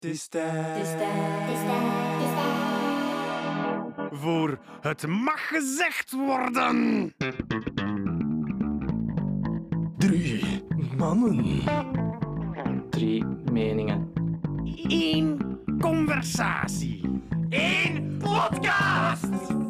Het is tijd voor Het Mag Gezegd Worden. 3 mannen. 3 meningen. 1 conversatie. 1 podcast.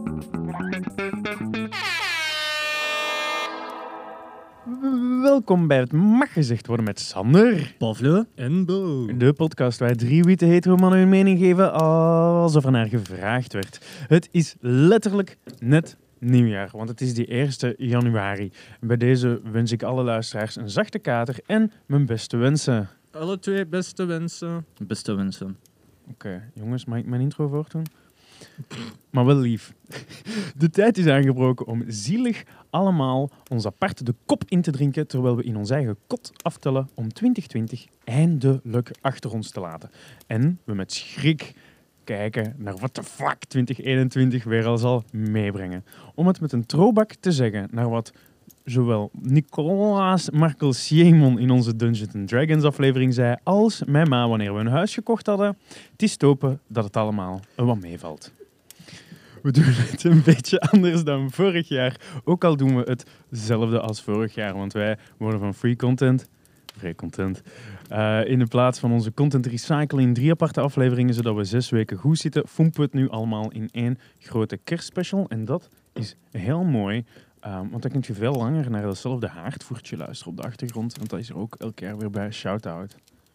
Welkom bij Het Mag Gezegd Worden met Sander. Pavlo en Bo. De podcast waar 3 witte hetero mannen hun mening geven alsof er naar gevraagd werd. Het is letterlijk net nieuwjaar, want het is die 1 januari. En bij deze wens ik alle luisteraars een zachte kater en mijn beste wensen. Alle 2 beste wensen. Beste wensen. Oké, jongens, mag ik mijn intro voordoen? Maar wel lief. De tijd is aangebroken om zielig allemaal ons apart de kop in te drinken, terwijl we in ons eigen kot aftellen om 2020 eindelijk achter ons te laten. En we met schrik kijken naar wat de fuck 2021 weer al zal meebrengen. Om het met een throwback te zeggen naar wat zowel Nicolaas Markel-Siemon in onze Dungeons & Dragons aflevering zei, als mijn ma wanneer we een huis gekocht hadden. Het is te hopen dat het allemaal wat meevalt. We doen het een beetje anders dan vorig jaar. Ook al doen we hetzelfde als vorig jaar, want wij worden van free content in de plaats van onze content recyclen in 3 aparte afleveringen, zodat we 6 weken goed zitten, fompen we het nu allemaal in 1 grote kerstspecial. En dat is heel mooi. Want dan kun je veel langer naar datzelfde haardvoertje luisteren op de achtergrond. Want dat is er ook elk jaar weer bij. Shout-out.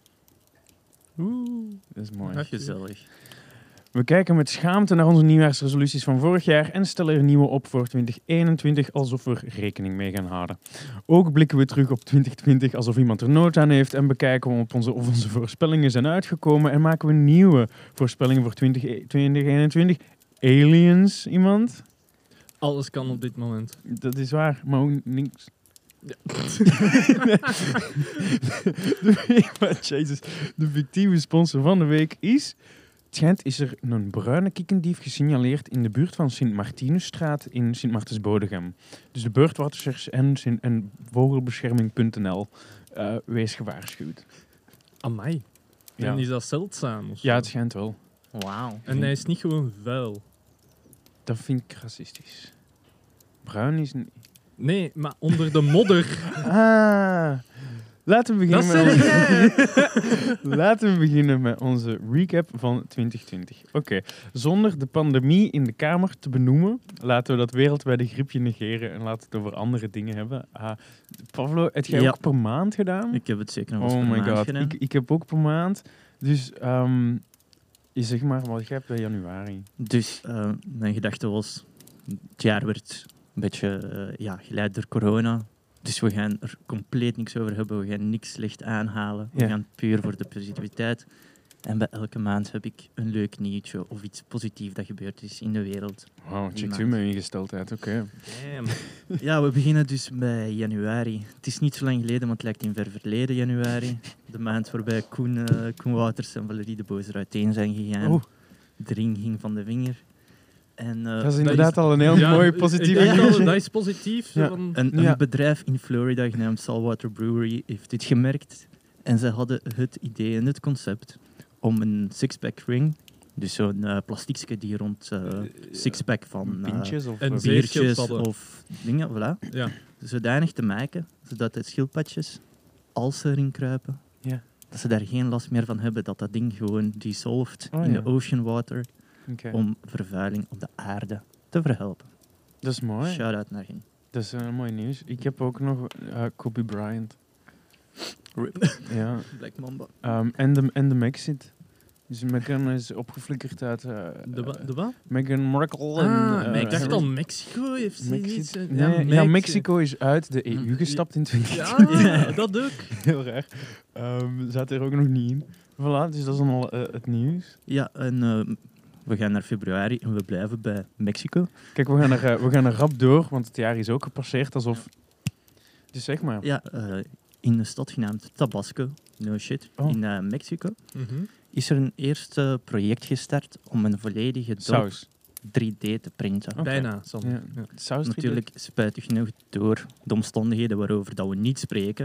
Dat is mooi. Gezellig. We kijken met schaamte naar onze nieuwjaarsresoluties van vorig jaar en stellen er nieuwe op voor 2021, alsof we er rekening mee gaan houden. Ook blikken we terug op 2020 alsof iemand er nood aan heeft en bekijken we of onze voorspellingen zijn uitgekomen en maken we nieuwe voorspellingen voor 2021. Aliens, iemand? Alles kan op dit moment. Dat is waar, maar ook niks. Ja. Jezus, de fictieve sponsor van de week is... Het schijnt is er een bruine kikkendief gesignaleerd in de buurt van Sint-Martinusstraat in Sint-Martens-Bodegem. Dus de Birdwatchers en vogelbescherming.nl wees gewaarschuwd. Amai. Ja. En is dat zeldzaam? Of Ja, zo? het schijnt wel. Wauw. En hij is niet gewoon vuil. Dat vind ik racistisch. Bruin is... Nee, maar onder de modder. Laten we beginnen Dat met Laten we beginnen met onze recap van 2020. Oké, zonder de pandemie in de kamer te benoemen, laten we dat wereldwijde griepje negeren en laten we het over andere dingen hebben. Pavlo, heb jij ook per maand gedaan? Ik heb het zeker nog eens Oh per my maand god, gedaan. ik heb ook per maand. Dus je zeg maar wat jij hebt bij januari. Dus mijn gedachte was, het jaar werd een beetje geleid door corona. Dus we gaan er compleet niks over hebben. We gaan niks slecht aanhalen. We Ja. gaan puur voor de positiviteit. En bij elke maand heb ik een leuk nieuwtje of iets positiefs dat gebeurd is in de wereld. Wow, checkt u maand. mijn ingesteldheid, oké. Damn. Ja, we beginnen dus bij januari. Het is niet zo lang geleden, want het lijkt in ver verleden januari. De maand waarbij Koen Wouters en Valerie de Boos uiteen zijn gegaan. Oh. De ring ging van de vinger. En, Dat is inderdaad al een heel mooi positieve ik denk nieuwtje. dat is positief. Ja. Van, een bedrijf in Florida genaamd Saltwater Brewery heeft dit gemerkt. En ze hadden het idee en het concept om een sixpack ring, dus zo'n plastiekje die rond sixpack van Pintjes of... en biertjes zeeppadden. of dingen, voilà, ja. zodanig te maken, zodat de schildpadjes, als ze erin kruipen, Ja. dat ze daar geen last meer van hebben, dat dat ding gewoon dissolved Oh, in ja. de ocean water Oké. om vervuiling op de aarde te verhelpen. Dat is mooi. Shout-out naar hen. Dat is mooi nieuws. Ik heb ook nog Kobe Bryant. Ja. Black Mamba. En de Maxit. Dus Meghan is opgeflikkerd uit... De wat? Meghan Markle. Ik dacht al Mexico heeft ze Mexico. niet... Ja, Mexico is uit de EU gestapt in 2020. Ja, dat ook. Heel raar. Zat er ook nog niet in. Voilà, dus dat is dan al het nieuws. Ja, en we gaan naar februari en we blijven bij Mexico. Kijk, we gaan er rap door, want het jaar is ook gepasseerd alsof... Dus zeg maar. Ja, in een stad genaamd Tabasco, no shit, Oh. in Mexico, Mhm. is er een eerste project gestart om een volledige dorp Saus. 3D te printen. Oké. Bijna, Sander. Ja. Ja. Saus. Natuurlijk spijtig genoeg door de omstandigheden waarover dat we niet spreken, Oh ja.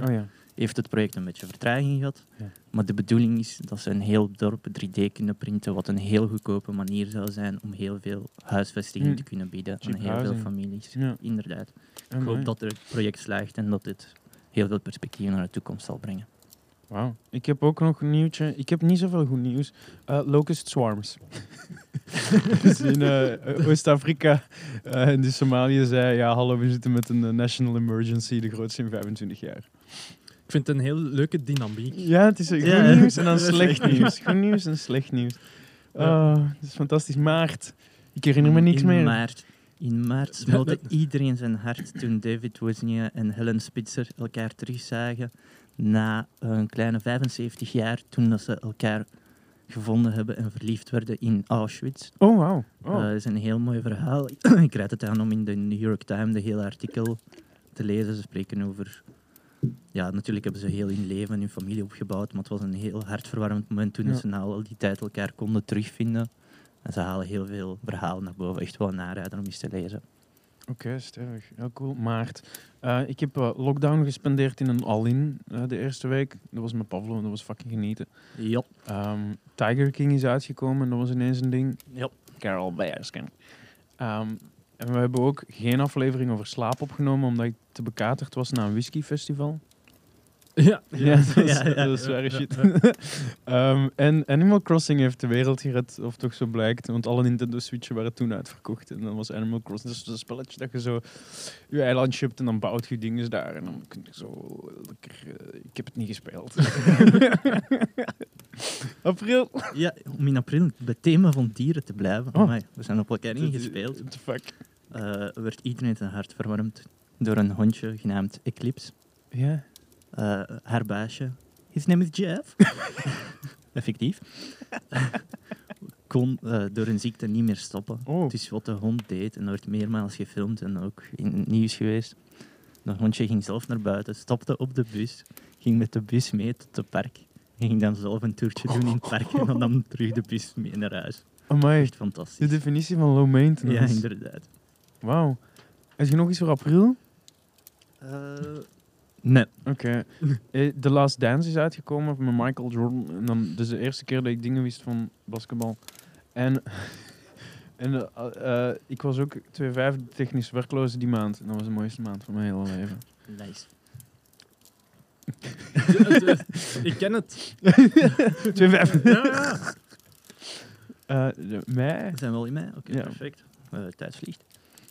heeft het project een beetje vertraging gehad. Ja. Maar de bedoeling is dat ze een heel dorp 3D kunnen printen, wat een heel goedkope manier zou zijn om heel veel huisvesting te kunnen bieden Cheap aan heel housing. veel families. Ja. Inderdaad. Ik Amai. hoop dat het project slaagt en dat dit heel veel perspectief naar de toekomst zal brengen. Wauw. Ik heb ook nog een nieuwtje. Ik heb niet zoveel goed nieuws. Locust swarms. Dus in Oost-Afrika en de Somalië zei, ja hallo, we zitten met een national emergency, de grootste in 25 jaar. Ik vind het een heel leuke dynamiek. Ja, het is goed Ja. nieuws en dan Dat is slecht echt- nieuws. Goed nieuws en slecht nieuws. Ja. Het is fantastisch. Maart. Ik herinner me niks meer. In maart smelte iedereen zijn hart toen David Wozniak en Helen Spitzer elkaar terugzagen na een kleine 75 jaar toen dat ze elkaar gevonden hebben en verliefd werden in Auschwitz. Oh, wauw. Oh. Dat is een heel mooi verhaal. Ik raad het aan om in de New York Times de hele artikel te lezen. Ze spreken over... Ja, natuurlijk hebben ze heel hun leven en hun familie opgebouwd, maar het was een heel hartverwarmend moment toen Ja. ze na al die tijd elkaar konden terugvinden. En ze halen heel veel verhalen naar boven. Echt wel een aanrader om eens te lezen. Oké, stevig. Heel cool. Maart. Ik heb lockdown gespendeerd in een all-in de eerste week. Dat was met Pavlo en dat was fucking genieten. Ja. Tiger King is uitgekomen en dat was ineens een ding. Ja. Carol Baskin. En we hebben ook geen aflevering over slaap opgenomen, omdat ik te bekaterd was na een whiskyfestival. Ja, Ja, dat is, ja, ja. dat is zware shit. En Animal Crossing heeft de wereld gered, of toch zo blijkt. Want alle Nintendo Switchen waren toen uitverkocht. En dan was Animal Crossing. Dat is een spelletje dat je zo je eilandje hebt en dan bouwt je dingen daar. En dan kun je zo lekker... ik heb het niet gespeeld. April. Ja, om in april bij het thema van dieren te blijven. Oh. Amai, we zijn op elkaar ingespeeld. What the fuck? Werd iedereen zijn hart verwarmd door een hondje genaamd Eclipse. Ja. Haar baasje. His name is Jeff. Effectief. Kon door een ziekte niet meer stoppen. Oh. Dus wat de hond deed, en dat werd meermaals gefilmd en ook in het nieuws geweest. Dat hondje ging zelf naar buiten, stapte op de bus, ging met de bus mee tot het park. En ging dan zelf een toertje doen in het park en dan nam terug de bus mee naar huis. Amai. Echt De fantastisch. definitie van low maintenance. Ja, inderdaad. Wauw. Heb je nog iets voor april? Nee. Oké. The Last Dance is uitgekomen met Michael Jordan. En dan, dat is de eerste keer dat ik dingen wist van basketbal. En ik was ook 2,5 technisch werkloos die maand. En dat was de mooiste maand van mijn hele leven. Nice. Ik ken het. 2,5. Ja. Mei. We zijn wel in mei? Oké, Ja. perfect. Tijd vliegt.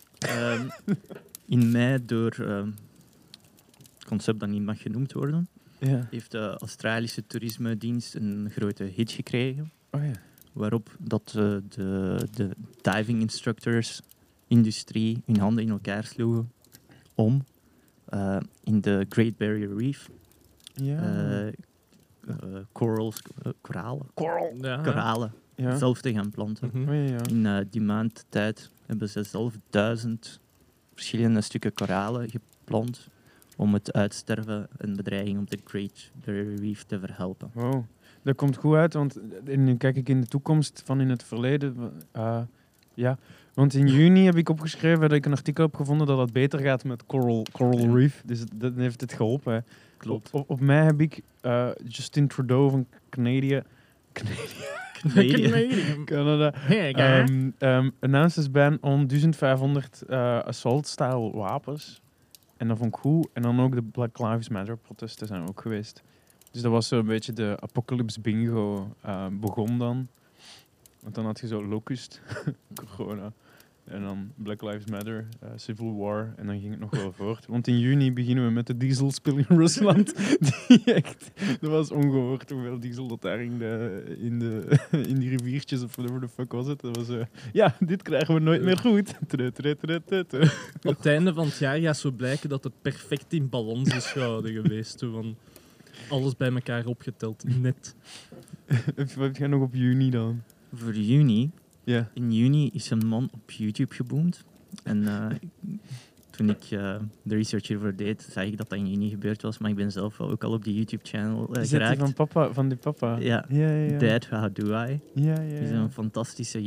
In mei door het concept dat niet mag genoemd worden, Ja. heeft de Australische toerisme-dienst een grote hit gekregen. Oh ja. Waarop dat de diving instructors industrie hun handen in elkaar sloegen om in de Great Barrier Reef Ja. koralen Ja. zelf te gaan planten. Mhm. Oh ja, ja. In die maand tijd hebben ze zelf 1000 verschillende stukken koralen geplant om het uitsterven en bedreiging op de Great Barrier Reef te verhelpen. Wow. Dat komt goed uit, want nu kijk ik in de toekomst van in het verleden. Ja, want in juni heb ik opgeschreven dat ik een artikel heb gevonden dat het beter gaat met Coral Ja. Reef. Dus dat heeft het geholpen. Hè. Klopt. Op mij heb ik Justin Trudeau van Canada Canada. announces ban on 1500 assault-style wapens. En dat vond ik goed. En dan ook de Black Lives Matter protesten zijn ook geweest. Dus dat was zo'n beetje de apocalypse bingo begon dan. Want dan had je zo Locust, corona. En dan Black Lives Matter, Civil War. En dan ging het nog wel voort. Want in juni beginnen we met de dieselspill in Rusland. Dat was ongehoord hoeveel diesel dat daar in die riviertjes of whatever the fuck was het. Dat was ja, dit krijgen we nooit meer goed. Op het einde van het jaar gaat zo blijken dat het perfect in balans is gehouden geweest. Zo van alles bij elkaar opgeteld. Net. Wat heb jij nog op juni dan? Voor juni, Ja. in juni is een man op YouTube geboomd. En toen ik de research hiervoor deed, zag ik dat dat in juni gebeurd was. Maar ik ben zelf ook al op die YouTube-channel Is dat die geraakt. van die papa? Ja, Ja. Dad, How Do I? Ja. Het is een fantastische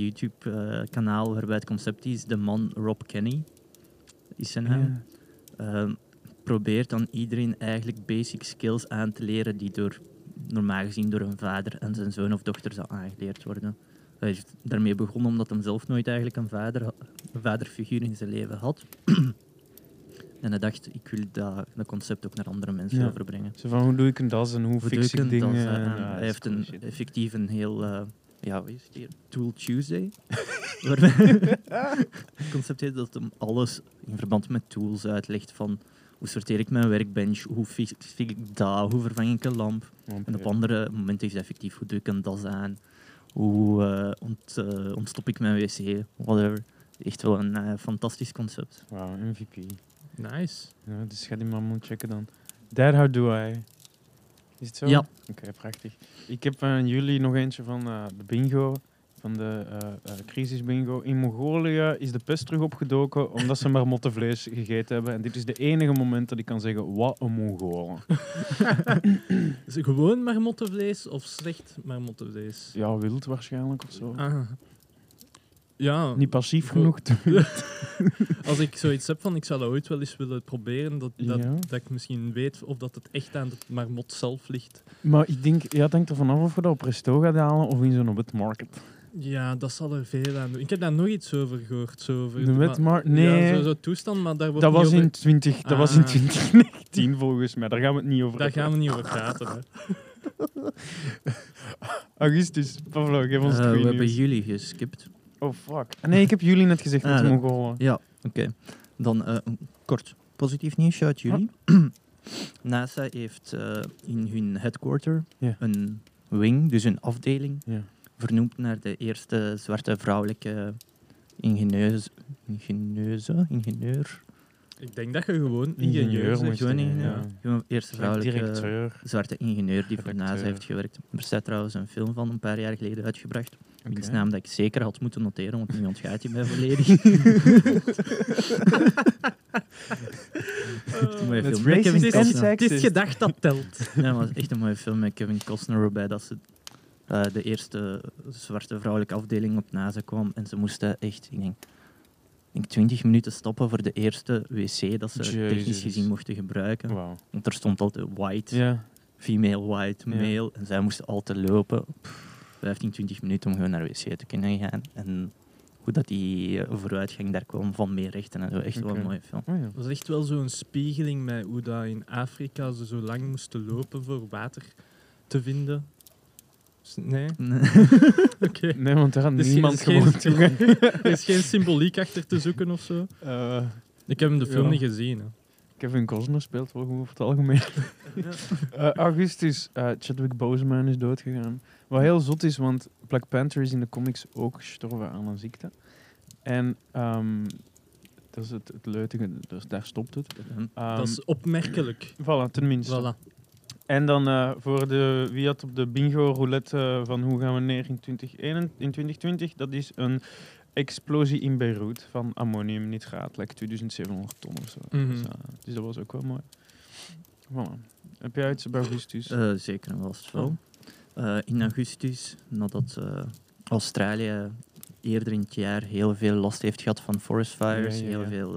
YouTube-kanaal waarbij het concept is de man Rob Kenny is zijn naam. probeert aan iedereen eigenlijk basic skills aan te leren die normaal gezien door een vader en zijn zoon of dochter zou aangeleerd worden. Hij is daarmee begonnen omdat hij zelf nooit eigenlijk een vaderfiguur in zijn leven had. En hij dacht, ik wil dat concept ook naar andere mensen overbrengen. Zo van, hoe doe ik een das en hoe Hoe fix doe ik ik een das? dingen? En Ja, hij heeft cool shit. effectief een heel... wat is het hier? Tool Tuesday. Het concept heet dat hem alles in verband met tools uitlegt van hoe sorteer ik mijn werkbench, hoe fix ik dat, hoe vervang ik een lamp. En op andere momenten is het effectief, hoe doe ik een das aan, hoe ontstop ik mijn wc, whatever. Echt wel een fantastisch concept. Wauw, MVP. Nice. Ja, dus ga die man moeten checken dan. That How Do I. Is het zo? Ja. Oké, prachtig. Ik heb aan jullie nog eentje van de bingo. Van de crisisbingo. In Mongolië is de pest terug opgedoken omdat ze maar mottenvlees gegeten hebben. En dit is de enige moment dat ik kan zeggen, wat een Mongolen. Is het gewoon marmottenvlees of slecht marmottenvlees? Ja, wild waarschijnlijk of zo. Ah. Ja, Niet passief Goed. genoeg. als ik zoiets heb van ik zou dat ooit wel eens willen proberen, dat Ja. ik misschien weet of dat het echt aan het marmot zelf ligt. Maar ik denk, ja, het hangt er vanaf of je dat op resto gaat halen of in zo'n wet market. Ja, dat zal er veel aan doen. Ik heb daar nog iets over gehoord. Zo over, De wet market? Nee. Ja, zo'n toestand, maar daar wordt Dat niet was, over... dat was in 2019 volgens mij. Daar gaan we het niet over Daar hebben. gaan we niet over praten. Hè. Augustus, Pavlo, geef ons het We goede hebben nieuws. jullie geskipt. Oh, fuck. Nee, ik heb jullie net gezegd met de dat- Mongolen. Ja, oké. Dan een kort positief nieuwsje uit jullie. NASA heeft in hun headquarter Ja. een wing, dus een afdeling, Ja. vernoemd naar de eerste zwarte vrouwelijke ingenieur. Ik denk dat je gewoon Ingenieur ingenieur moet zegt. Gewoon je- ingenieur. ja. Gewoon eerste vrouwelijke Directeur. zwarte ingenieur die voor Redacteur. NASA heeft gewerkt. Er staat trouwens een film van een paar jaar geleden uitgebracht. Wiens Oké. naam dat ik zeker had moeten noteren, want nu ontgaat hij mij volledig. Echt een mooie That's film. Met Kevin racist and Costner. Het is sexist. gedacht dat telt. Ja, maar het is echt een mooie film met Kevin Costner, waarbij dat ze de eerste zwarte vrouwelijke afdeling op NASA kwam. En ze moesten echt, ik denk 20 minuten stoppen voor de eerste wc dat ze technisch Jezus. gezien mochten gebruiken. Wauw. Want er stond altijd white, Ja. female, white, Ja. male. En zij moesten altijd lopen. 15, 20 minuten om gewoon naar de wc te kunnen gaan. En hoe dat die vooruitgang daar kwam van meer rechten en zo. Echt wel Oké. een mooie film. Oh, ja. Dat was echt wel zo'n spiegeling met hoe dat in Afrika ze zo lang moesten lopen voor water te vinden. Nee? Oké. Nee, want daar had Dus niemand er is gewoon toegang. Er is geen symboliek achter te zoeken of zo. Ik heb hem de film Ja. niet gezien. Hè. Kevin Costner speelt wel goed over het algemeen. Augustus, Chadwick Boseman is doodgegaan. Wat heel zot is, want Black Panther is in de comics ook gestorven aan een ziekte. En dat is het leutige, dus daar stopt het. Dat is opmerkelijk. Voilà, tenminste. Voilà. En dan voor wie had op de bingo roulette van hoe gaan we neer in 2020, dat is een explosie in Beirut van ammoniumnitraat, like 2700 ton of zo. Mhm. Dus dat was ook wel mooi. Voilà. Heb jij iets bij Augustus? Zeker en vast wel. In augustus, nadat Australië eerder in het jaar heel veel last heeft gehad van forest fires, Ja. heel veel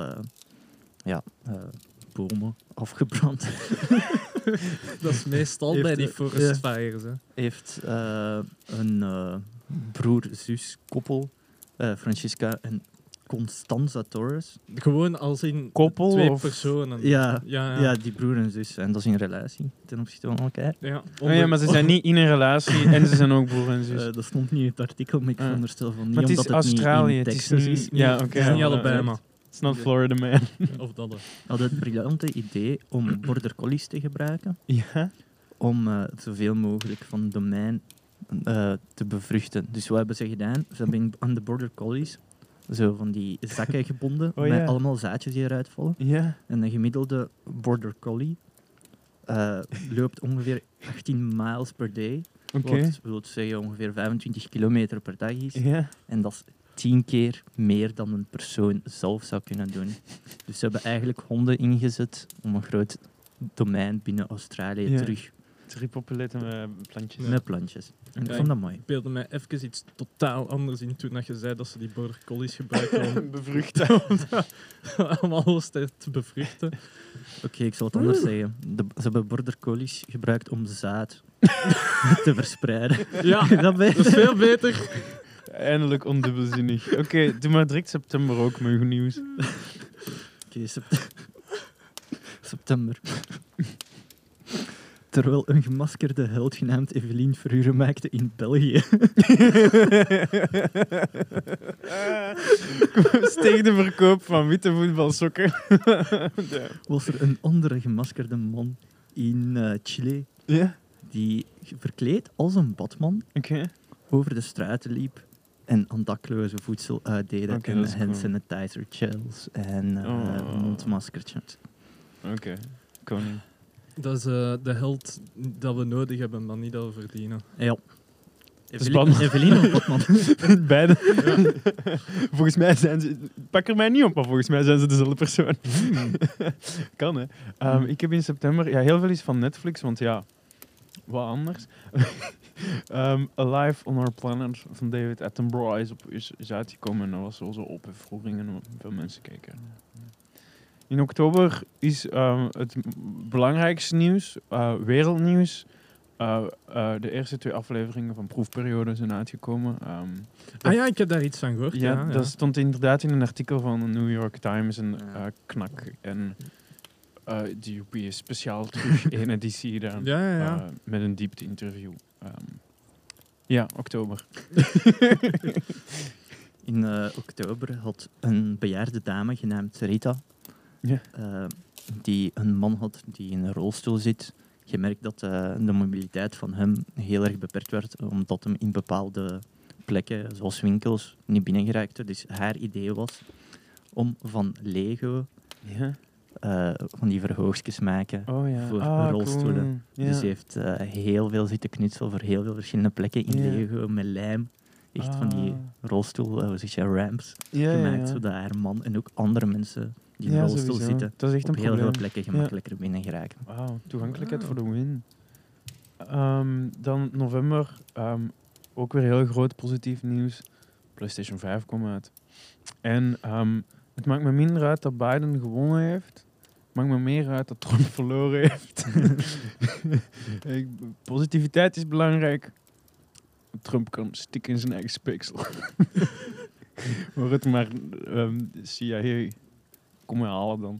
bomen afgebrand, Dat is meestal Heeft, bij die ja. forest fires. Hè. heeft een broer-zus koppel, Francisca en Constanza Torres. Gewoon als in Koppel twee of- personen. Ja, Ja. ja, die broer en zus. En dat is in relatie ten opzichte van elkaar. Ja, Oh ja, maar ze zijn niet in een relatie en ze zijn ook broer en zus. Dat stond niet in het artikel, maar ik Ah. veronderstel van niet, Maar het is omdat Australië, niet het in is Texas niet- is. ja, Het oké. is niet Ja, Alabama. It's not Florida Man. Of dat. Hè. Hadden het briljante idee om border collies te gebruiken Ja? om zoveel mogelijk van het domein te bevruchten. Dus wat hebben ze gedaan? Ze hebben aan de border collies zo van die zakken gebonden Oh, met ja. allemaal zaadjes die eruit vallen. Ja. En een gemiddelde border collie loopt ongeveer 18 miles per day. Oké. Wat wil zeggen ongeveer 25 kilometer per dag is. Ja. En dat is 10 keer meer dan een persoon zelf zou kunnen doen. Dus ze hebben eigenlijk honden ingezet om een groot domein binnen Australië Ja. terug 3 poppetten met plantjes. Met plantjes. En ik Ja, vond dat mooi. Ik beelde mij even iets totaal anders in toen dat je zei dat ze die border collies gebruiken om Bevruchten. allemaal alles te bevruchten. Oké, ik zal het anders zeggen. Ze hebben border collies gebruikt om zaad te verspreiden. Ja, Dat ben- dat is veel beter. Eindelijk ondubbelzinnig. Oké, doe maar direct september ook met goed nieuws. Oké, september. Terwijl een gemaskerde held genaamd Evelien Verhuren maakte in België. Steeg de verkoop van witte voetbalsokken. Ja. Was er een andere gemaskerde man in Chile Ja? die verkleed als een Batman Oké. over de straten liep en aan daklozen voedsel uitdeden Oké, en dat is hand cool. sanitizer gels en mondmaskertjes. Oké. Koning. Dat is de held dat we nodig hebben, maar niet dat we verdienen. Ja. Spannend. Evelien of Batman? Beide. Volgens mij zijn ze... Pak er mij niet op, maar volgens mij zijn ze dezelfde persoon. Kan, hè. Ik heb in september... Ja, heel veel is van Netflix, want ja... Wat anders. Alive on Our Planet van David Attenborough is uitgekomen. En dat was zo ophefroering en veel mensen kijken. In oktober is het belangrijkste nieuws, wereldnieuws. De eerste 2 afleveringen van Proefperiode zijn uitgekomen. Ah ja, ik heb daar iets van gehoord. Ja, Ja, dat stond inderdaad in een artikel van de New York Times en Knak. En die is speciaal terug 1 editie gedaan. Ja. Met een diepte-interview. Ja, oktober. In oktober had een bejaarde dame genaamd Rita, Ja. die een man had die in een rolstoel zit, gemerkt dat de mobiliteit van hem heel erg beperkt werd, omdat hem in bepaalde plekken, zoals winkels, niet binnengeraakte. Dus haar idee was om van Lego Ja. van die verhoogstjes maken Oh ja. voor rolstoelen. Cool. Ja. Dus ze heeft heel veel zitten knutselen voor heel veel verschillende plekken in Ja. Lego, met lijm. Echt van die rolstoel, hoe zeg je, ramps gemaakt, zodat haar man en ook andere mensen die in de rolstoel sowieso. zitten, Dat is echt op een heel veel probleem. plekken gemakkelijker binnen geraken. Wauw, toegankelijkheid Wauw. voor de win. Dan november, ook weer heel groot positief nieuws. PlayStation 5 kwam uit. En het maakt me minder uit dat Biden gewonnen heeft. Het maakt me meer uit dat Trump verloren heeft. Positiviteit is belangrijk. Trump kan stikken in zijn eigen speeksel. Hoor het maar, CIA, kom me halen dan.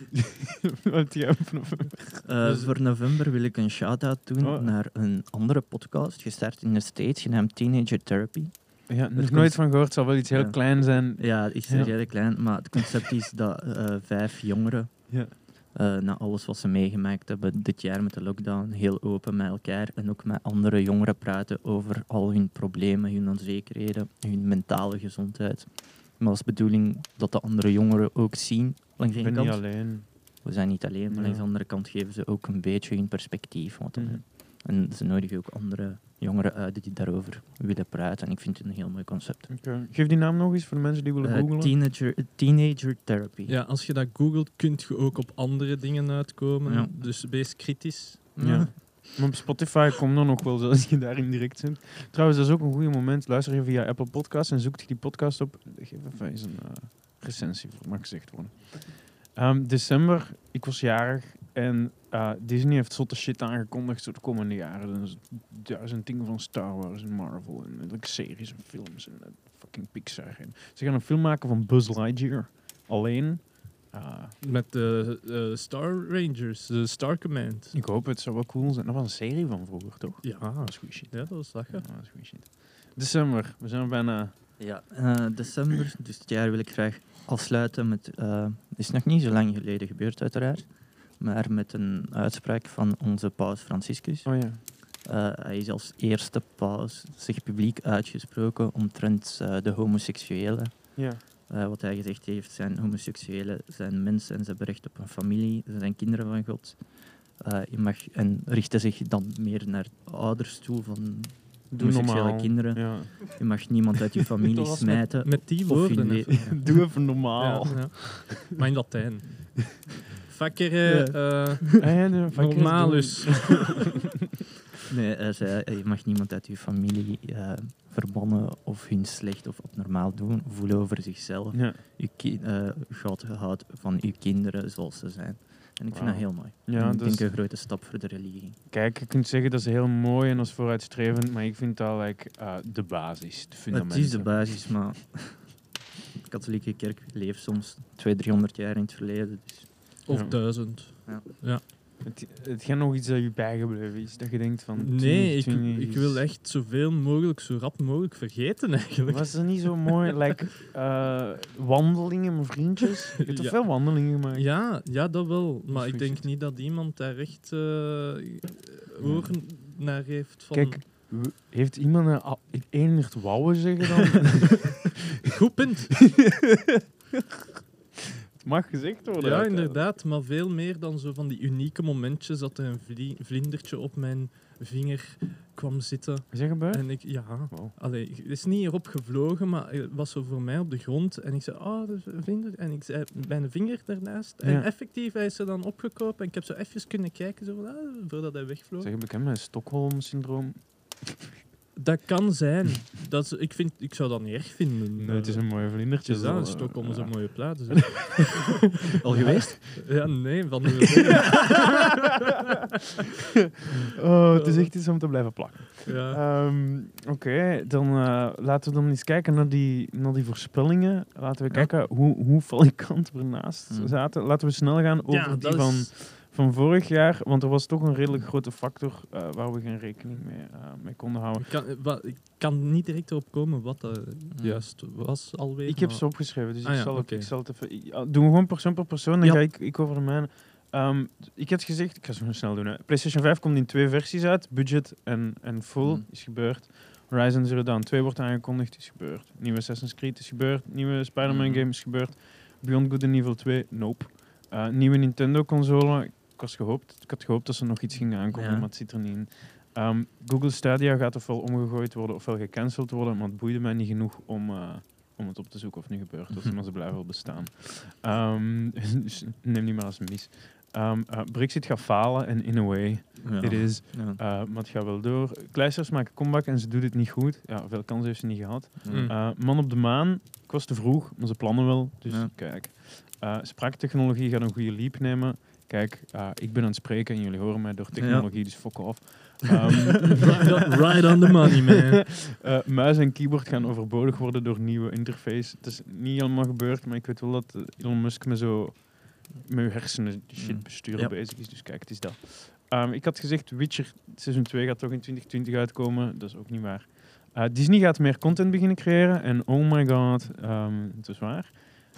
Wat jij op november? Voor november wil ik een shout-out doen Oh. naar een andere podcast, gestart in de States, genaamd Teenager Therapy. Ja, nog komt- nooit van gehoord. Het zal wel iets heel Ja. klein zijn. Ja, iets Ja. heel klein, maar het concept is dat 5 jongeren, Ja. na alles wat ze meegemaakt hebben dit jaar met de lockdown, heel open met elkaar en ook met andere jongeren praten over al hun problemen, hun onzekerheden, hun mentale gezondheid. Maar als bedoeling dat de andere jongeren ook zien langs de Ik ene ben niet kant. alleen. We zijn niet alleen, maar Ja. langs de andere kant geven ze ook een beetje hun perspectief. Wat Mhm. En ze nodigen ook andere jongeren uit die daarover willen praten. En ik vind het een heel mooi concept. Oké. Geef die naam nog eens voor de mensen die willen googlen. Teenager Therapy. Ja, als je dat googelt, kun je ook op andere dingen uitkomen. Ja. Dus wees kritisch. Ja. Maar op Spotify komt er nog wel, zoals je daarin direct zit. Trouwens, dat is ook een goed moment. Luister je via Apple Podcasts en zoekt je die podcast op. Geef even eens een recensie, voor mag gezegd worden. December, ik was jarig en Disney heeft zotte shit aangekondigd voor de komende jaren. Dus 1000 dingen van Star Wars en Marvel en series en films en fucking Pixar. En ze gaan een film maken van Buzz Lightyear. Alleen. Met de Star Rangers, de Star Command. Ik hoop het, zou wel cool zijn. Dat was een serie van vroeger, toch? Ja, Dat is goede shit. ja, dat is lachen. Ja, dat is goede shit. December, we zijn er bijna. Ja, december, dus dit jaar wil ik graag afsluiten met... Het is nog niet zo lang geleden gebeurd, uiteraard. Maar met een uitspraak van onze paus Franciscus. Oh ja. Hij is als eerste paus zich publiek uitgesproken omtrent de homoseksuelen. Ja. Wat hij gezegd heeft, zijn homoseksuelen zijn mensen en ze hebben recht op een familie. Ze zijn kinderen van God. En richtte zich dan meer naar ouders toe van Doe homoseksuele normaal. kinderen. Ja. Je mag niemand uit je familie Dat was smijten. Met die of woorden. hun even. Doe even normaal. Ja, ja. Maar in Latijn. Faccere Ja. normalus. Nee, hij zei, je mag niemand uit je familie verbannen of hun slecht of abnormaal doen, voelen over zichzelf. Ja. God houdt van uw kinderen zoals ze zijn. En ik vind Wauw. dat heel mooi. Ja, En ik dat denk is- een grote stap voor de religie. Kijk, je kunt zeggen dat is heel mooi en dat is vooruitstrevend, maar ik vind dat de basis, het fundament. Het is de basis, maar de katholieke kerk leeft soms 200-300 jaar in het verleden. Dus. Of Ja. 1000. Het gaat nog iets dat je bijgebleven is, dat je denkt van... Nee, 2020 ik is- wil echt zoveel mogelijk, zo rap mogelijk vergeten eigenlijk. Was dat niet zo mooi? Wandelingen met vriendjes? Je hebt toch Ja. veel wandelingen gemaakt? Ja, dat wel. Maar Of ik is denk het- niet dat iemand daar echt oren naar heeft. Van... Kijk, heeft iemand enig wouwen zeggen dan? Goed punt. Het mag gezegd worden. Ja, uiteraard. inderdaad. Maar veel meer dan zo van die unieke momentjes dat er een vlindertje op mijn vinger kwam zitten. Is dat gebeurd? En ik, ja, Wow. allee, het is niet erop gevlogen, maar het was zo voor mij op de grond. En ik zei, oh, dat is een vlinder. En ik zei, mijn vinger daarnaast. Ja. En effectief, hij is er dan opgekropen. En ik heb zo even kunnen kijken, zo, van, voordat hij wegvloog. Zeg je bekend met Stockholm-syndroom? Dat kan zijn. Ik zou dat niet erg vinden. Nee, het is een mooie vlindertje. Het is dat, zo, in Stockholm is ja. een mooie plaats. Al geweest? Ja, nee, van de Oh, het is echt iets om te blijven plakken. ja. Oké, dan laten we dan eens kijken naar die voorspellingen. Laten we kijken hoe valikant we ernaast zaten. Laten we snel gaan over Ja, die dat is- van vorig jaar. Want er was toch een redelijk grote factor waar we geen rekening mee konden houden. Ik kan niet direct erop komen wat dat juist was alweer. Ik heb maar- ze opgeschreven, dus Ah ja, ik oké. zal het even... Doen we gewoon persoon per persoon, dan Ja. ga ik over de mijne. Ik had gezegd, ik ga zo snel doen. Hè. PlayStation 5 komt in 2 versies uit, budget en full, is gebeurd. Horizon Zero Dawn 2 wordt aangekondigd, is gebeurd. Nieuwe Assassin's Creed is gebeurd. Nieuwe Spider-Man game is gebeurd. Beyond Good and Evil 2, nope. Nieuwe Nintendo console, ik had gehoopt dat ze nog iets gingen aankondigen, Ja. maar het zit er niet in. Google Stadia gaat ofwel omgegooid worden ofwel gecanceld worden, maar het boeide mij niet genoeg om het op te zoeken of het nu gebeurt. Maar ze blijven wel bestaan. Dus neem niet maar als mis. Brexit gaat falen en in a way, Ja. it is. Ja. Maar het gaat wel door. Kleisters maken comeback en ze doet het niet goed. Ja, veel kans heeft ze niet gehad. Mm. Man op de maan, ik was te vroeg, maar ze plannen wel. Dus Ja. kijk. Spraaktechnologie gaat een goede leap nemen. Kijk, ik ben aan het spreken en jullie horen mij door technologie, dus fuck off. Right on the money, man. Muis en keyboard gaan overbodig worden door nieuwe interface. Het is niet helemaal gebeurd, maar ik weet wel dat Elon Musk met je hersenen shit besturen Ja. bezig is. Dus kijk, het is dat. Ik had gezegd, Witcher seizoen 2 gaat toch in 2020 uitkomen. Dat is ook niet waar. Disney gaat meer content beginnen creëren. En oh my god, het is waar.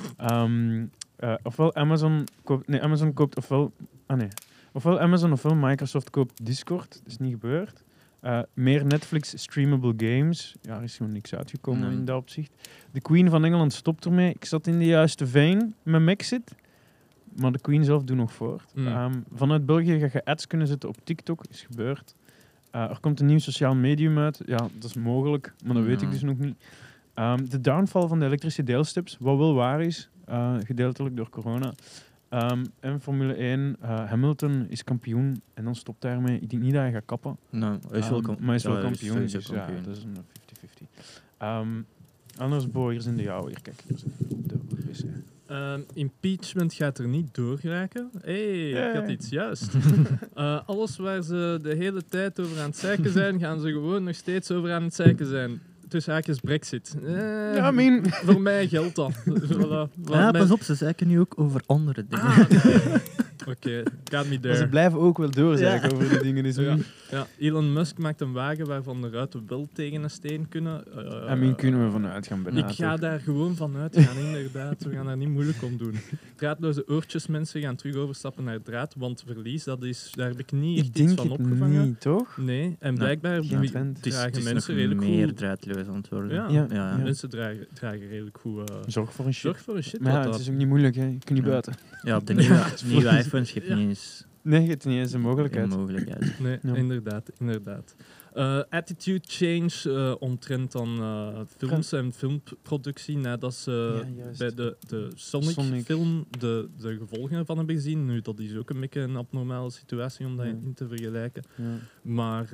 Ofwel Amazon koopt ofwel Amazon ofwel Microsoft koopt Discord. Dat is niet gebeurd. Meer Netflix streamable games. Ja, er is gewoon niks uitgekomen Nee. in dat opzicht. De Queen van Engeland stopt ermee. Ik zat in de juiste vein met Maxit. Maar de Queen zelf doet nog voort. Mm. Vanuit België ga je ads kunnen zetten op TikTok. Is gebeurd. Er komt een nieuw sociaal medium uit. Ja, dat is mogelijk, maar dat weet ik dus nog niet. De downfall van de elektrische deelstips, wat wel waar is, gedeeltelijk door corona. En Formule 1, Hamilton is kampioen en dan stopt daarmee. Ik denk niet dat hij gaat kappen. Nou, hij is wel maar hij is wel ja, kampioen, sowieso dus kampioen. ja, dat is een 50-50. Anders, Bo, hier zijn de jouwe. Hier, kijk, hier zijn de wc. Impeachment gaat er niet door geraken. Ik had iets juist. Alles waar ze de hele tijd over aan het zeiken zijn, gaan ze gewoon nog steeds over aan het zeiken zijn. Tussen haakjes Brexit. Ja, min. Voor mij geldt dat. Voilà. Ja, pas op, ze zeiken nu ook over andere dingen. Oké, got me Maar ze there. blijven ook wel doorzeiken over die dingen. Is Ja. Ja, Elon Musk maakt een wagen waarvan de ruiten wel tegen een steen kunnen. Kunnen we vanuit gaan bijna. Ik ga daar gewoon van uitgaan, inderdaad. We gaan daar niet moeilijk om doen. Draadloze oortjes, mensen gaan terug overstappen naar draad, want verlies, daar heb ik niet Ik echt iets denk van het opgevangen. niet, toch? Nee, en blijkbaar geen trend. Het is dragen nog mensen redelijk meer goed. draadloos aan het worden. Ja, Ja. Ja. mensen dragen redelijk goed. Zorg voor een shit. Zorg voor een shit. Maar ja, wat het dat- is ook niet moeilijk, hè. Je kunt niet Ja. buiten. Ja, op de nieuwe iPhones heb je Ja. niet eens Nee, je hebt niet eens een een mogelijkheid. mogelijkheid. Nee, Ja. inderdaad. Attitude change omtrent dan films en filmproductie nadat ze juist. bij de Sonic film de gevolgen van hebben gezien. Nu, dat is ook een beetje een abnormale situatie om dat in te vergelijken. Ja. Maar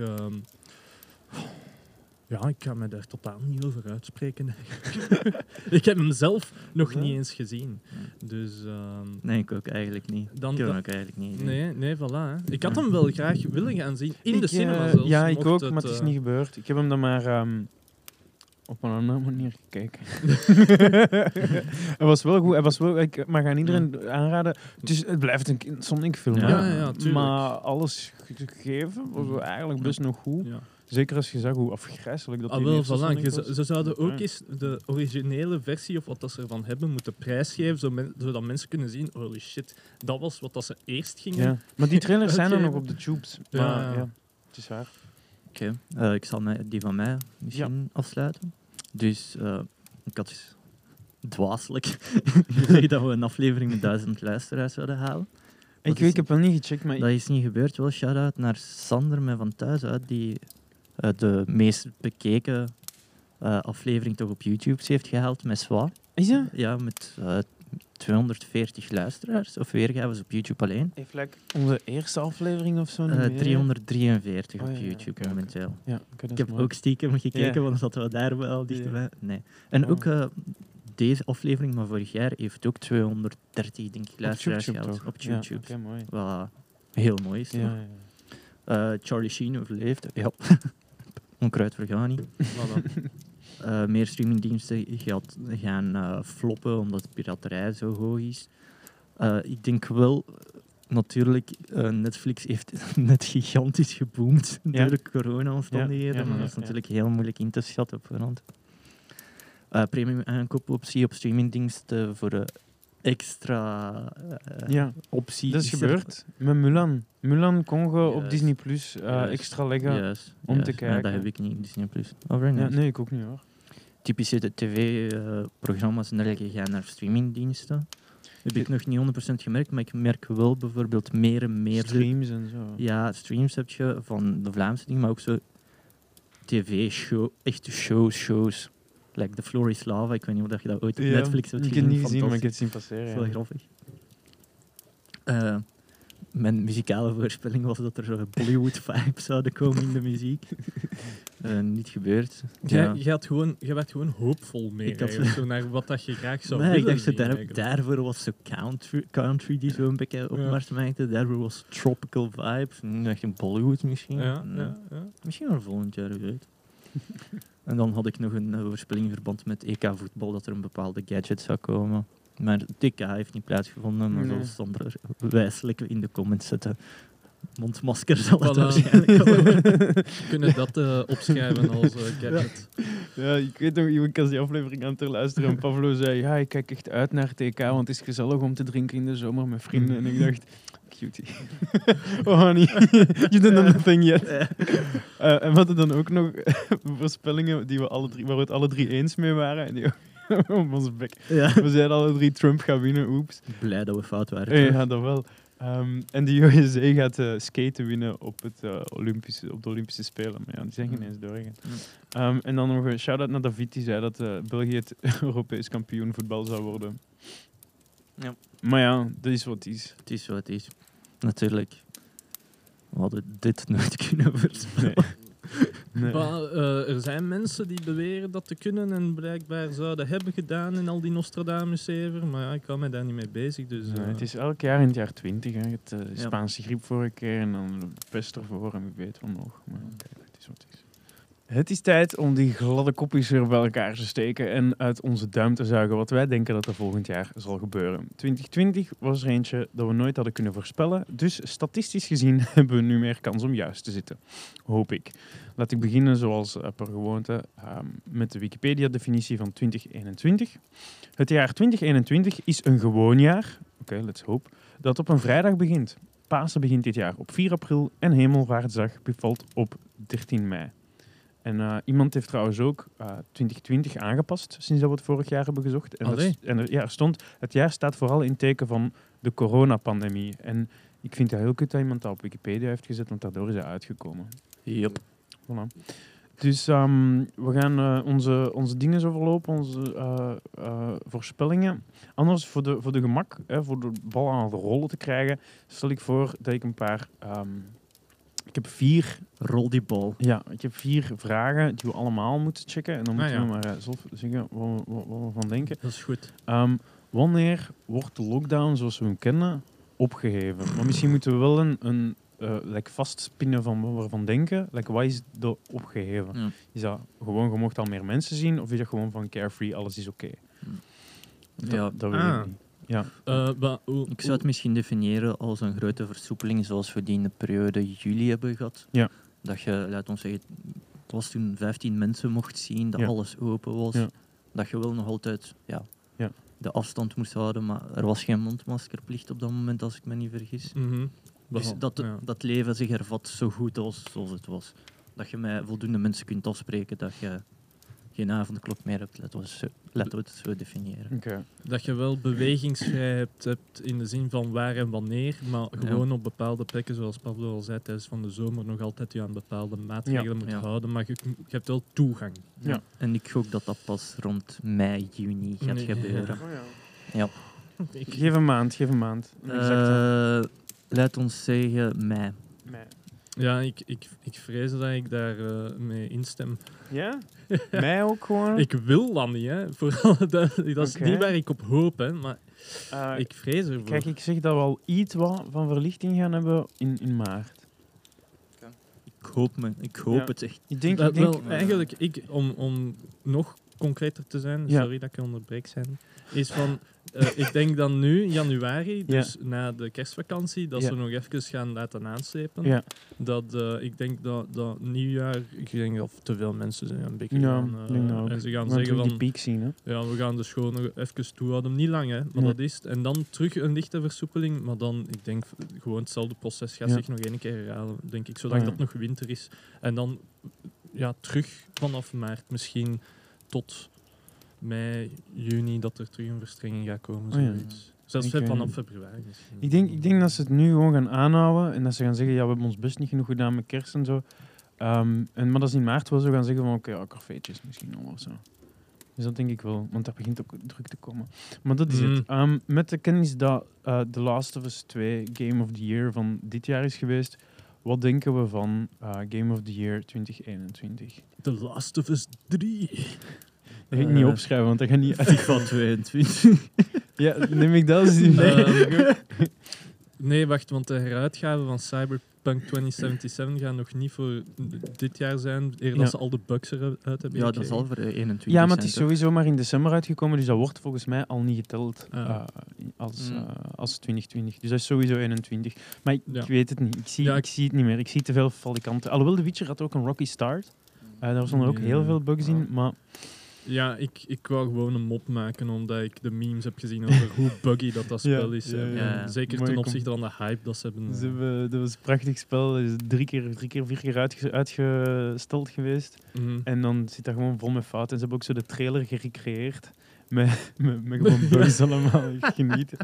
ja, ik kan me daar totaal niet over uitspreken. Ik heb hem zelf nog niet eens gezien. Dus, Nee, ik ook eigenlijk niet. Dan- ik heb hem dan- ook eigenlijk niet. nee, voilà. Hè. Ik had hem wel graag willen gaan zien. In de cinema zelfs. Ja, ik mocht ook, maar het is niet gebeurd. Ik heb hem dan maar op een andere manier gekeken. Hij was wel goed. Ik mag aan iedereen aanraden. Het blijft een Sonic-film. Ja, hè. ja, tuurlijk. maar alles gegeven was eigenlijk best nog goed. Ja. Zeker als je zag hoe afgrijselijk dat Ah, die wel, eerste voilà. Sonic was. Ze zouden ook Ja. eens de originele versie of wat dat ze ervan hebben moeten prijsgeven, zodat mensen kunnen zien, holy shit, dat was wat dat ze eerst gingen. Ja. Maar die trailers zijn er nog Uitgeven. op de tubes. Ja, Maar, ja. ja, het is waar. Oké. Ik zal die van mij misschien afsluiten. Dus ik had dwaaselijk gezegd dat we een aflevering met 1000 luisteraars zouden halen. Ik heb wel niet gecheckt, maar Dat is niet gebeurd. Wel, shout-out naar Sander mij van thuis uit, die de meest bekeken aflevering toch op YouTube heeft gehaald met Swa. is dat? Ja, met 240 luisteraars of weergaves op YouTube alleen. Heeft like onze eerste aflevering of zo? niet meer? 343 Oh, op ja, ja, YouTube oké. momenteel. Ja, oké, dat Ik is heb mooi. ook stiekem gekeken, Ja. want zaten we daar wel dichterbij. Ja. Nee. En Oh. ook deze aflevering, maar vorig jaar, heeft ook 230 denk ik, luisteraars YouTube gehad toch? op YouTube. Ja, oké, mooi. Wat heel mooi is. toch? Ja, ja. Charlie Sheen overleefd. Ja. Onkruid vergaan niet. Voilà. Meer streamingdiensten gaan floppen omdat de piraterij zo hoog is. Ik denk wel, natuurlijk, Netflix heeft net gigantisch geboomd door de corona-omstandigheden, Ja, ja, maar dat is natuurlijk heel moeilijk in te schatten op voorhand. Premium aankoopoptie op streamingdiensten voor de extra Ja, optie. dat is gebeurd met Mulan. Mulan Congo op Juist. Disney Plus Juist. extra leggen. Juist, om te juist. kijken. Ja, dat heb ik niet, Disney Plus. Oh, very Ja, nice. nee, ik ook niet hoor. Typische tv-programma's en dergelijke gaan naar streamingdiensten. Dat heb ik nog niet 100% gemerkt, maar ik merk wel bijvoorbeeld meer en meer... Streams en zo. Ja, streams heb je van de Vlaamse dingen, maar ook zo tv-show, echte shows. Like The Floor is Lava, ik weet niet of je dat ooit op Netflix hebt ik gezien. heb het niet gezien, maar ik heb Fantastisch. het zien passeren. Dat is wel grappig. Mijn muzikale voorspelling was dat er zo Bollywood-vibes zouden komen in de muziek. Niet gebeurd. Ja. Je werd gewoon hoopvol mee, Ik had- eigenlijk, zo naar wat dat je graag zou Nee, ik willen dacht, zien. dat eigenlijk. daarvoor was zo country die zo een beetje opmars maakte. Daarvoor was tropical vibes. En nu dacht ik Bollywood misschien. Ja, Nee. ja, ja. Misschien wel volgend jaar, wie weet. En dan had ik nog een voorspelling in verband met EK-voetbal, dat er een bepaalde gadget zou komen. Maar het EK heeft niet plaatsgevonden, maar Nee. zal Sander wijselijk in de comments zetten. Mondmasker zal het Voilà. waarschijnlijk komen. We kunnen dat opschrijven als gadget. Ja, ik weet nog, ik was die aflevering aan het luisteren en Pavlo zei, ja, ik kijk echt uit naar TK, want het is gezellig om te drinken in de zomer met vrienden. En ik dacht, cutie. Oh honey, you didn't know nothing yet. En we hadden dan ook nog voorspellingen die waar we het alle drie eens mee waren. En die op ons bek. Ja. We zeiden alle drie, Trump gaat winnen, oeps. Blij dat we fout waren. Ja, dat wel. En die USA gaat skaten winnen op de Olympische Spelen. Maar ja, die zijn geen eens doorgegaan. En dan nog een shout-out naar David, die zei dat België het Europees kampioen voetbal zou worden. Ja. Maar ja, dat is wat het is. Het is wat het is. Natuurlijk. We hadden dit nooit kunnen voorspellen. Nee. Maar, er zijn mensen die beweren dat te kunnen en blijkbaar zouden hebben gedaan in al die Nostradamus-sever, maar ja, ik hou mij daar niet mee bezig. Dus, Nee, het is elk jaar in het jaar 20. Hè. Het Ja. Spaanse griep vorige keer en dan de pest ervoor en wie weet wel nog. Maar kijk, het is wat het is. Het is tijd om die gladde kopjes weer bij elkaar te steken en uit onze duim te zuigen wat wij denken dat er volgend jaar zal gebeuren. 2020 was er eentje dat we nooit hadden kunnen voorspellen, dus statistisch gezien hebben we nu meer kans om juist te zitten. Hoop ik. Laat ik beginnen zoals per gewoonte met de Wikipedia-definitie van 2021. Het jaar 2021 is een gewoon jaar, oké, let's hope, dat op een vrijdag begint. Pasen begint dit jaar op 4 april en Hemelvaartsdag bevalt op 13 mei. En iemand heeft trouwens ook 2020 aangepast sinds dat we het vorig jaar hebben gezocht. En er stond, het jaar staat vooral in teken van de coronapandemie. En ik vind het heel kut dat iemand dat op Wikipedia heeft gezet, want daardoor is hij uitgekomen. Yep. Voilà. Dus we gaan onze dingen overlopen, onze voorspellingen. Anders, voor de gemak, voor de bal aan het rollen te krijgen, stel ik voor dat ik een paar... ik heb 4... Rol die bal. Ja, ik heb 4 vragen die we allemaal moeten checken. En dan moeten ja. we maar zelf zeggen wat we van denken. Dat is goed. Wanneer wordt de lockdown zoals we hem kennen opgeheven? Maar misschien moeten we wel een vastspinnen van wat we ervan denken. Wat is dat opgeheven? Ja. Is dat gewoon, je mocht al meer mensen zien? Of is dat gewoon van carefree, alles is oké? Ja. Dat weet ik niet. Ja. Ik zou het misschien definiëren als een grote versoepeling zoals we die in de periode juli hebben gehad. Ja. Dat je, laat ons zeggen, het was toen 15 mensen mocht zien, dat Ja. alles open was. Ja. Dat je wel nog altijd Ja. de afstand moest houden, maar er was geen mondmaskerplicht op dat moment, als ik me niet vergis. Mhm. Dus dat leven zich hervat zo goed als zoals het was. Dat je met voldoende mensen kunt afspreken dat je geen avondklok meer hebt. Laten we het zo definiëren. Oké. Dat je wel bewegingsvrijheid hebt in de zin van waar en wanneer, maar gewoon op bepaalde plekken, zoals Pablo al zei, tijdens van de zomer nog altijd je aan bepaalde maatregelen moet houden, maar je hebt wel toegang. Ja. En ik gok dat dat pas rond mei, juni gaat gebeuren. Ja. Ik Geef een maand. Een exacte. Laat ons zeggen mei. Ja, ik vrees dat ik daar mee instem. Ja? Mij ook gewoon? Ik wil dat niet, hè. Vooral dat is niet waar ik op hoop, hè. Maar ik vrees ervoor. Kijk, ik zeg dat we al iets wat van verlichting gaan hebben in maart. Ik hoop het echt. Ik denk, Eigenlijk, om nog concreter te zijn, sorry dat ik je onderbreek, zijn, is van, ik denk dan nu, januari, dus na de kerstvakantie, dat ze nog even gaan laten aanslepen. Ja. Ik denk dat nieuwjaar, ik denk dat te veel mensen zijn een beetje Ja, gaan, en ze gaan zeggen van, die piek zien, hè? ja, we gaan de school nog even toehouden. Niet lang, hè, maar dat is het. En dan terug een lichte versoepeling, maar dan, ik denk, gewoon hetzelfde proces gaat zich nog één keer herhalen, denk ik, zodat dat nog winter is. En dan, terug vanaf maart misschien tot mei, juni, dat er terug een verstrenging gaat komen. Zoiets. Zelfs vanaf februari misschien. Ik denk dat ze het nu gewoon gaan aanhouden en dat ze gaan zeggen, ja, we hebben ons best niet genoeg gedaan met kerst en zo. Maar dat ze in maart wel zo gaan zeggen van, oké, cafeetjes misschien nog of zo. Dus dat denk ik wel, want dat begint ook druk te komen. Maar dat is het. Met de kennis dat The Last of Us 2 Game of the Year van dit jaar is geweest, wat denken we van Game of the Year 2021? The Last of Us 3. Dat ga ik niet opschrijven, want dat gaat niet uit. FIFA 22. Ja, neem ik dat eens in. Nee, wacht, want de heruitgaven van Cyberpunk 2077 gaan nog niet voor dit jaar zijn, eer dat ze al de bugs eruit hebben Ja, dat is al voor 21. Ja, maar het is sowieso maar in december uitgekomen, dus dat wordt volgens mij al niet geteld als 2020. Dus dat is sowieso 21. Maar ik weet het niet. Ik zie het niet meer. Ik zie te veel valikanten. Alhoewel, The Witcher had ook een rocky start. Daar stonden ook heel veel bugs in, maar... Ja, ik wou gewoon een mop maken, omdat ik de memes heb gezien over hoe buggy dat spel is. Zeker ten opzichte van de hype dat ze hebben. Dat was een prachtig spel. Dat is 4 keer uitgesteld geweest. En dan zit dat gewoon vol met fouten. En ze hebben ook zo de trailer gerecreëerd. Met gewoon bugs allemaal. Ik genieten.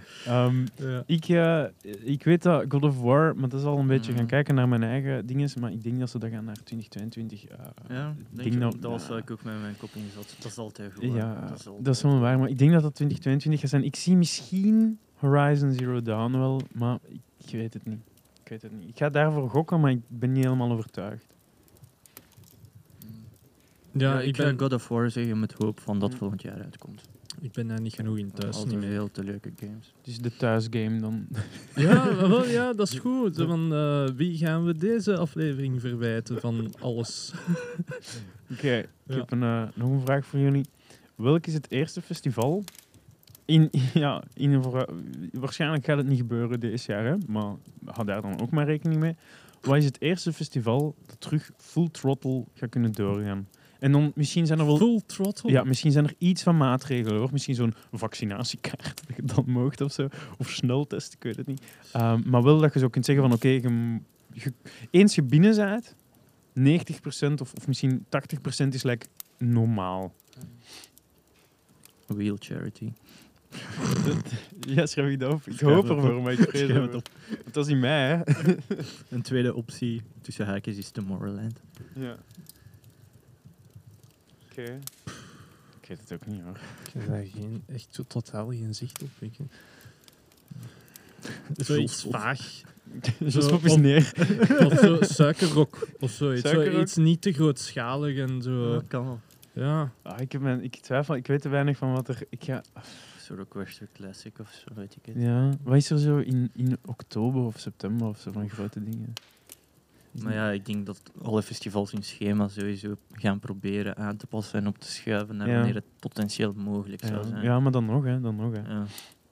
Ik weet dat God of War, maar dat is al een beetje gaan kijken naar mijn eigen dingen. Maar ik denk dat ze dat gaan naar 2022. Dat was ik ook met mijn kop in zat. Dat is altijd goed. Ja, dat is wel waar. Maar ik denk dat dat 2022 gaat zijn. Ik zie misschien Horizon Zero Dawn wel, maar ik weet het niet. Ik ga daarvoor gokken, maar ik ben niet helemaal overtuigd. Ja, ik ga God of War zeggen met hoop van dat volgend jaar uitkomt. Ik ben daar niet genoeg in thuis. Altijd veel te leuke games. Het is de thuisgame dan. Ja, dat is goed. Van, wie gaan we deze aflevering verwijten van alles? Oké, ik heb nog een vraag voor jullie. Welk is het eerste festival? Waarschijnlijk gaat het niet gebeuren dit jaar, hè? Maar hou daar dan ook maar rekening mee. Wat is het eerste festival dat terug full throttle gaat kunnen doorgaan? En dan misschien zijn er wel... Full throttle? Ja, misschien zijn er iets van maatregelen, hoor. Misschien zo'n vaccinatiekaart, dat je dan moogt of zo. Of sneltest, ik weet het niet. Maar wel dat je zo kunt zeggen van, oké, eens je binnen bent, 90% of misschien 80% is normaal. Wheel charity. Ja, schrijf ik dat op. Ik Schrijf hoop het ervoor, op. maar ik vrees Schrijf het ervoor. op. Want dat is in mei, hè. Een tweede optie, tussen haakjes, is Tomorrowland. Ja. Oké. Ik weet het ook niet, hoor. Ik heb daar echt zo totaal geen zicht op. Zoiets Zoiets vaag. Just Zo op eens op- neer. Of zo suikerrok of zoiets. Suikerrok? Zoiets niet te grootschalig en zo. Kan wel. Ja. Ah, ik twijfel, ik weet te weinig van wat er... Ik ga... Een soort Western Classic of zo, weet ik het. Ja, wat is er zo in oktober of september of zo van grote dingen? Maar ja, ik denk dat alle festivals hun schema sowieso gaan proberen aan te passen en op te schuiven naar Ja. wanneer het potentieel mogelijk zou zijn. Ja, maar dan nog, hè. Dan nog, hè. Ja.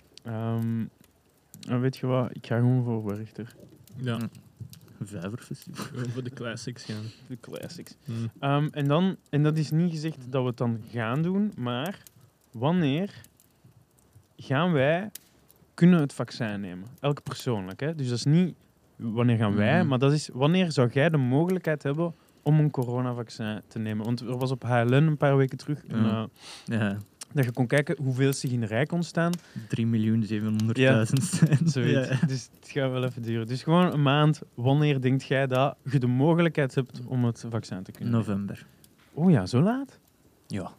Weet je wat? Ik ga gewoon voor Werchter. Ja. Vijverfestival. Gewoon voor de classics gaan. De classics. Hm. En dat is niet gezegd dat we het dan gaan doen, maar wanneer gaan wij kunnen het vaccin nemen? Elk persoonlijk, hè? Dus dat is niet wanneer gaan wij, Mhm. maar dat is wanneer zou jij de mogelijkheid hebben om een coronavaccin te nemen? Want er was op HLN een paar weken terug Ja, dat je kon kijken hoeveel zich in de rij kon staan. 3.700.000 zijn. Zoiets. Ja. Dus het gaat wel even duren. Dus gewoon een maand. Wanneer denkt jij dat je de mogelijkheid hebt om het vaccin te kunnen nemen? November. Oh ja, zo laat? Ja.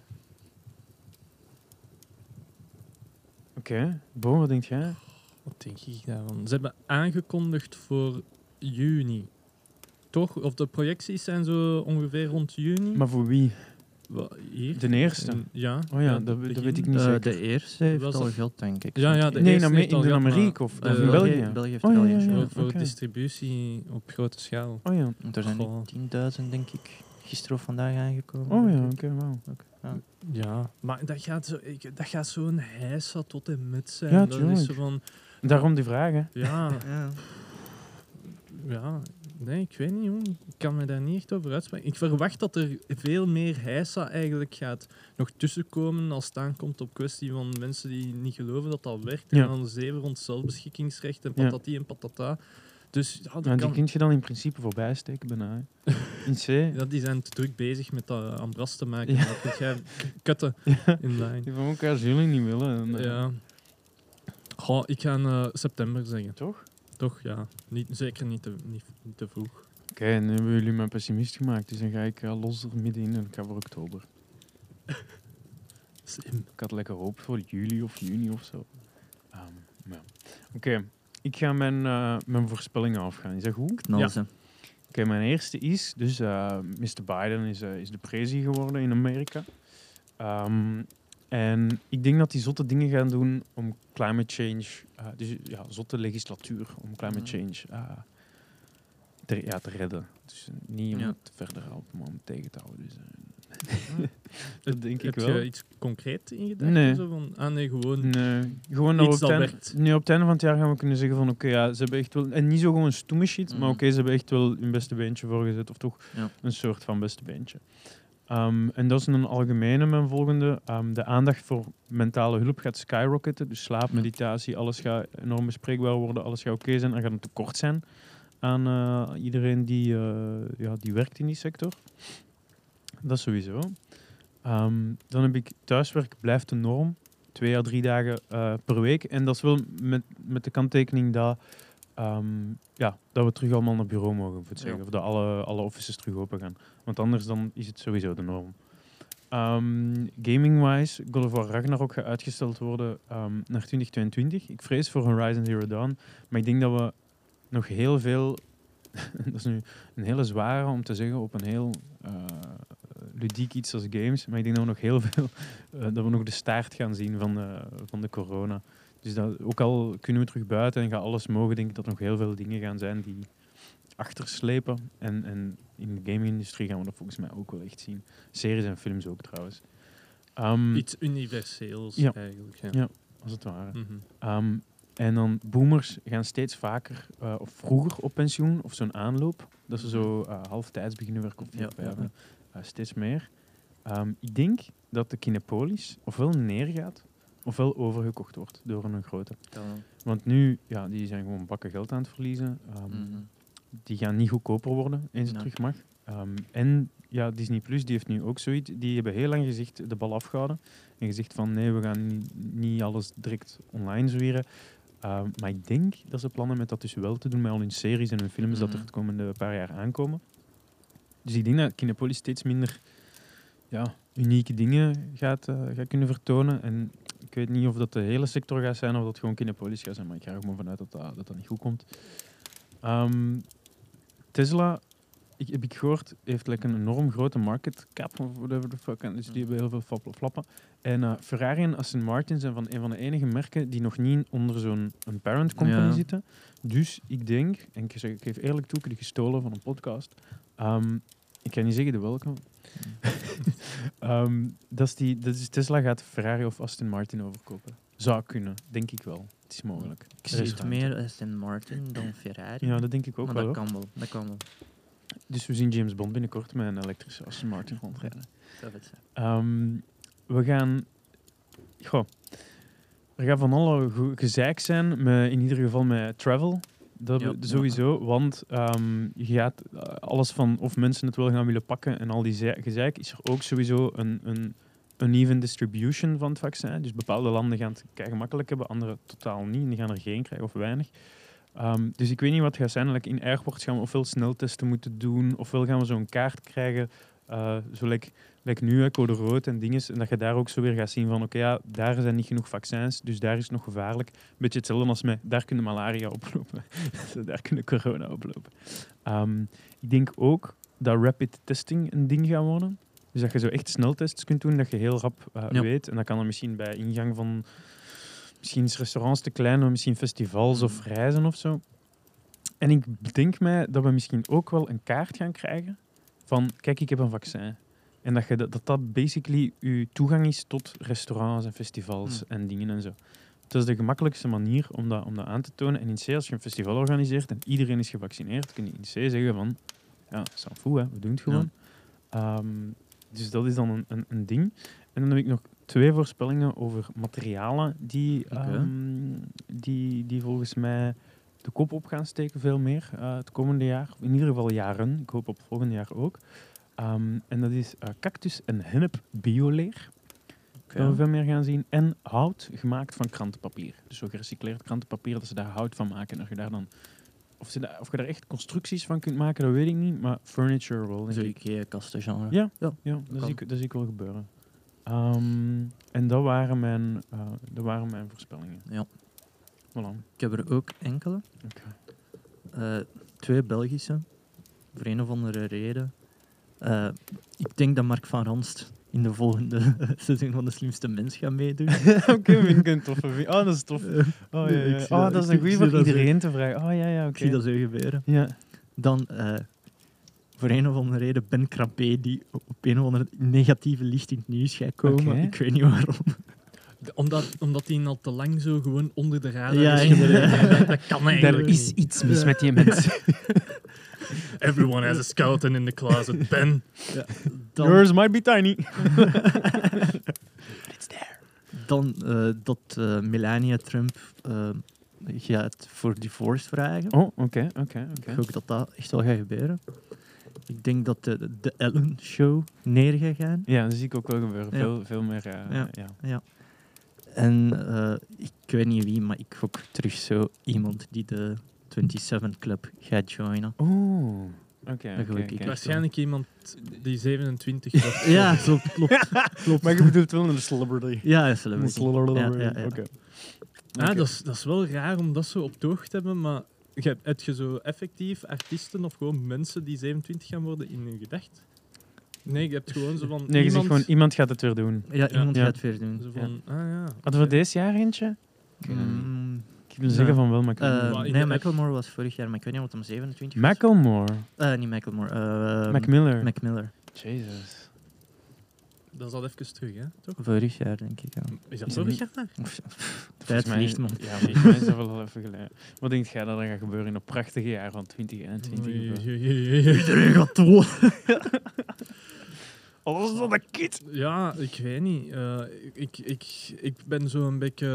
Oké. Bo, wat denk jij? Wat denk ik daarvan? Ze hebben aangekondigd voor juni. Toch? Of de projecties zijn zo ongeveer rond juni? Maar voor wie? Hier? De eerste? Ja. Oh ja, dat begin. weet ik niet zeker. De eerste heeft Was al dat- geld, denk ik. Ja, ja, de Nee, eerste heeft al in gehad, maar, Amerika of in eh, België? België heeft Oh, er al ja, eens ja, gehad. Voor oké. distributie op grote schaal. Oh ja. Er zijn Goh. nu 10.000, denk ik, gisteren of vandaag aangekomen. Oh ja, denk oké, ik. wauw. Ja. Ja, maar dat gaat zo'n heisa tot en met zijn. Ja, dat is zo tuurlijk. van, Daarom die vraag, hè. ja, Ja. ja, nee, ik weet niet, jong. Ik kan me daar niet echt over uitspreken. Ik verwacht dat er veel meer heisa eigenlijk gaat nog tussenkomen als het aankomt op kwestie van mensen die niet geloven dat dat werkt. Ja. En dan zeven rond zelfbeschikkingsrecht en Ja. patati en patata. Dus ja, dat Nou, die kan... kun je dan in principe voorbij steken, bijna. Hè. In C. Ja, die zijn te druk bezig met dat ambras te maken. Ja. Dat kun jij kutten Ja. in lijn. Die van elkaar zullen jullie niet willen. En, Ja. Goh, ik ga september zeggen. Toch? Toch, ja. Zeker niet te vroeg. Oké, nu hebben jullie me pessimist gemaakt, dus dan ga ik los er middenin en ik ga voor oktober. Slim. Ik had lekker hoop voor juli of juni of zo. Ja. Oké, ik ga mijn voorspellingen afgaan. Is dat goed? Knal Ja. ze. Oké, mijn eerste is, dus Mr. Biden is de prezi geworden in Amerika. En ik denk dat hij zotte dingen gaan doen om climate change, dus ja, zotte legislatuur om climate change te redden. Dus niet om Ja. het verder helpen, maar om het tegen te houden. Dus, dat denk ik Heb wel. je iets concreet in gedachten? Nee. Zo van, nee, gewoon... Nee, gewoon dat Iets we dat op werkt. het einde van het jaar gaan we kunnen zeggen van oké, ja, ze hebben echt wel... En niet zo gewoon stoeme shit, maar Mhm. oké, ze hebben echt wel hun beste beentje voorgezet. Of toch Ja. een soort van beste beentje. En dat is een algemene, mijn volgende. De aandacht voor mentale hulp gaat skyrocketen. Dus slaap, meditatie, alles gaat enorm bespreekbaar worden. Alles gaat oké zijn. Er gaat een tekort zijn aan iedereen die werkt in die sector. Dat sowieso. Dan heb ik thuiswerk blijft de norm. 2 à 3 dagen per week. En dat is wel met de kanttekening dat we terug allemaal naar bureau mogen, voor het zeggen. Ja. Of dat alle offices terug open gaan. Want anders dan is het sowieso de norm. Gaming-wise, God of War Ragnarok gaat uitgesteld worden naar 2022. Ik vrees voor Horizon Zero Dawn. Maar ik denk dat we nog heel veel... dat is nu een hele zware om te zeggen op een heel ludiek iets als games. Maar ik denk dat we nog heel veel... dat we nog de staart gaan zien van de corona. Dus dat, ook al kunnen we terug buiten en gaat alles mogen, denk ik dat er nog heel veel dingen gaan zijn die achterslepen. En in de gaming-industrie gaan we dat volgens mij ook wel echt zien. Series en films ook trouwens. Iets universeels Ja. eigenlijk. Ja. Ja. Als het ware. Mhm. En dan boomers gaan steeds vaker of vroeger op pensioen of zo'n aanloop. Dat ze zo halftijds beginnen werken of Ja, vijf, steeds meer. Ik denk dat de Kinepolis ofwel neergaat ofwel overgekocht wordt door een grote. Want nu, die zijn gewoon bakken geld aan het verliezen. Die gaan niet goedkoper worden eens het Nee. terug mag. En ja, Disney Plus die heeft nu ook zoiets. Die hebben heel lang gezegd de bal afgehouden. En gezegd van nee, we gaan niet alles direct online zwieren. Maar ik denk dat ze plannen met dat dus wel te doen met al hun series en hun films dat er het komende paar jaar aankomen. Dus ik denk dat Kinepolis steeds minder unieke dingen gaat kunnen vertonen. En ik weet niet of dat de hele sector gaat zijn of dat gewoon Kinepolis gaat zijn, maar ik ga er gewoon vanuit dat niet goed komt. Tesla, heb ik gehoord, heeft een enorm grote market cap, of whatever the fuck, dus die hebben heel veel flappen. En Ferrari en Aston Martin zijn van een van de enige merken die nog niet onder zo'n parent company zitten. Dus ik denk, en ik geef eerlijk toe, ik heb die gestolen van een podcast. Ik kan niet zeggen de welke. Dus Tesla gaat Ferrari of Aston Martin overkopen. Zou kunnen, denk ik wel. Het is mogelijk. Ik zie het meer Aston Martin dan Ferrari. Ja, dat denk ik ook maar wel. Dat kan wel. Dus we zien James Bond binnenkort met een elektrische Aston Martin rondrijden. Dat weet ze. We gaan... Goh. Er gaat van alle gezeik zijn, in ieder geval met travel. Dat sowieso, want je gaat alles van of mensen het wel gaan willen pakken en al die gezeik, is er ook sowieso een even distribution van het vaccin. Dus bepaalde landen gaan het gemakkelijk hebben, andere totaal niet. En die gaan er geen krijgen of weinig. Dus ik weet niet wat het gaat zijn. In airports gaan we ofwel sneltesten moeten doen, ofwel gaan we zo'n kaart krijgen, zo like nu, code rood en dingen, en dat je daar ook zo weer gaat zien van daar zijn niet genoeg vaccins, dus daar is het nog gevaarlijk. Een beetje hetzelfde als mij, daar kunnen malaria oplopen. Daar kunnen corona oplopen. Ik denk ook dat rapid testing een ding gaat worden. Dus dat je zo echt sneltests kunt doen, dat je heel rap weet. En dat kan dan misschien bij ingang van... Misschien is restaurants te klein, maar misschien festivals of reizen of zo. En ik denk mij dat we misschien ook wel een kaart gaan krijgen van, kijk, ik heb een vaccin. En dat basically uw toegang is tot restaurants en festivals en dingen en zo. Dat is de gemakkelijkste manier om dat aan te tonen. En in C, als je een festival organiseert en iedereen is gevaccineerd, kun je in C zeggen van, ja, c'est fou, hè, we doen het gewoon. Ja. Dus dat is dan een ding. En dan heb ik nog 2 voorspellingen over materialen die volgens mij de kop op gaan steken, veel meer het komende jaar. In ieder geval jaren. Ik hoop op het volgende jaar ook. En dat is cactus en hennep bioleer. Dat we veel meer gaan zien. En hout gemaakt van krantenpapier. Dus zo gerecycleerd krantenpapier, dat ze daar hout van maken. En dat je daar dan... Of je daar echt constructies van kunt maken, dat weet ik niet. Maar furniture wel. Zo'n IKEA-kastengenre. Ja, dat zie ik wel gebeuren. En dat waren mijn voorspellingen. Ja. Voilà. Ik heb er ook enkele. Okay. 2 Belgische. Voor een of andere reden. Ik denk dat Mark van Ranst in de volgende seizoen van De Slimste Mens gaat meedoen. Oké, vind ik een toffe video. Oh, dat is tof. Dat is een goeie voor iedereen te vragen. Oh, ja, oké. Ik zie dat zo gebeuren. Ja. Dan, voor een of andere reden, Ben Krabbe, die op een of andere negatieve licht in het nieuws gaat komen. Okay. Ik weet niet waarom. Omdat hij al te lang zo gewoon onder de radar Ja, is gebleven. Dat kan eigenlijk Er is iets mis met die mensen. Everyone has a skeleton in the closet, Ben. Ja, Yours might be tiny. It's there. Dan dat Melania Trump gaat voor divorce vragen. Oh, oké. Ik hoop dat dat echt wel gaat gebeuren. Ik denk dat de Ellen Show neer gaat gaan. Ja, dat zie ik ook wel gebeuren. Ja. Veel meer... Ja. En ik weet niet wie, maar ik gok terug zo iemand die de 27 Club gaat joinen. Oeh. Oké. Waarschijnlijk iemand die 27 was. Ja, klopt. Maar je bedoelt wel een celebrity. Ja, een celebrity. Ja. Oké. Dat is wel raar om dat zo op het oog te hebben, maar heb je zo effectief artiesten of gewoon mensen die 27 gaan worden in je gedacht? Nee, je hebt gewoon zo van... Nee, je zegt gewoon, iemand gaat het weer doen. Ja, iemand gaat het weer doen. Zo van, Hadden we deze jaar eentje? Ik wil zeggen van wel, maar nee, Macklemore was vorig jaar, maar ik weet niet wat hem 27 was. Macklemore? Niet Macklemore. Mac Miller. Jesus. Dat is al even terug, hè? Toch? Vorig jaar, denk ik. Ja. Is dat vorig jaar? Tijd vliegt, man. Ja, volgens mij is dat wel even geleden. Wat denkt jij dat er gaat gebeuren in een prachtige jaar van 2021? Iedereen gaat dood. Alles is dat een kid. Ja, ik weet niet. Ik ben zo een beetje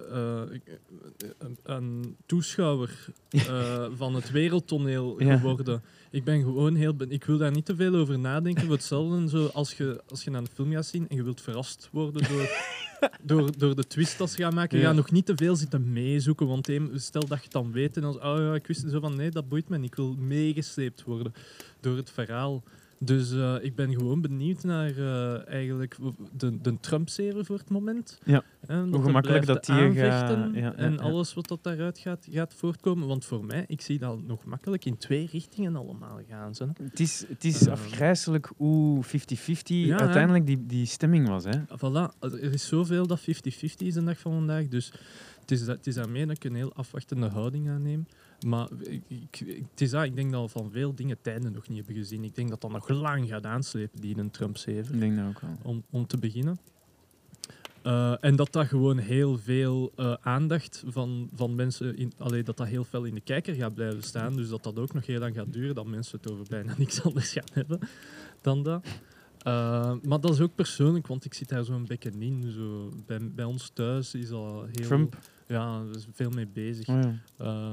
een toeschouwer van het wereldtoneel Ja. geworden. Ik ben gewoon ik wil daar niet te veel over nadenken. Voor hetzelfde zo als je naar een film gaat zien en je wilt verrast worden door de twist dat ze gaan maken. Je Ja. gaat nog niet te veel zitten meezoeken. Want stel dat je het dan weet en dan oh ja, ik wist het zo van nee, dat boeit me niet. Ik wil meegesleept worden door het verhaal. Dus ik ben gewoon benieuwd naar eigenlijk de Trump-serie voor het moment. Ja. Hoe gemakkelijk dat die aanvechten en en alles wat dat daaruit gaat voortkomen. Want voor mij, ik zie dat nog makkelijk in 2 richtingen allemaal gaan. Zo. Het is afgrijselijk hoe 50-50 Ja, uiteindelijk die stemming was. Hè? Voilà, er is zoveel dat 50-50 is de dag van vandaag. Dus het is daarmee dat ik een heel afwachtende houding aanneem. Maar ik denk dat we van veel dingen tijden nog niet hebben gezien. Ik denk dat dat nog lang gaat aanslepen, die een Trump-7. Ik denk dat ook wel. Om te beginnen. En dat gewoon heel veel aandacht van mensen... dat heel fel in de kijker gaat blijven staan. Dus dat ook nog heel lang gaat duren. Dat mensen het over bijna niks anders gaan hebben dan dat. Maar dat is ook persoonlijk, want ik zit daar zo'n beetje in. Zo, bij ons thuis is al heel... Trump? Ja, er is veel mee bezig. Oh, ja.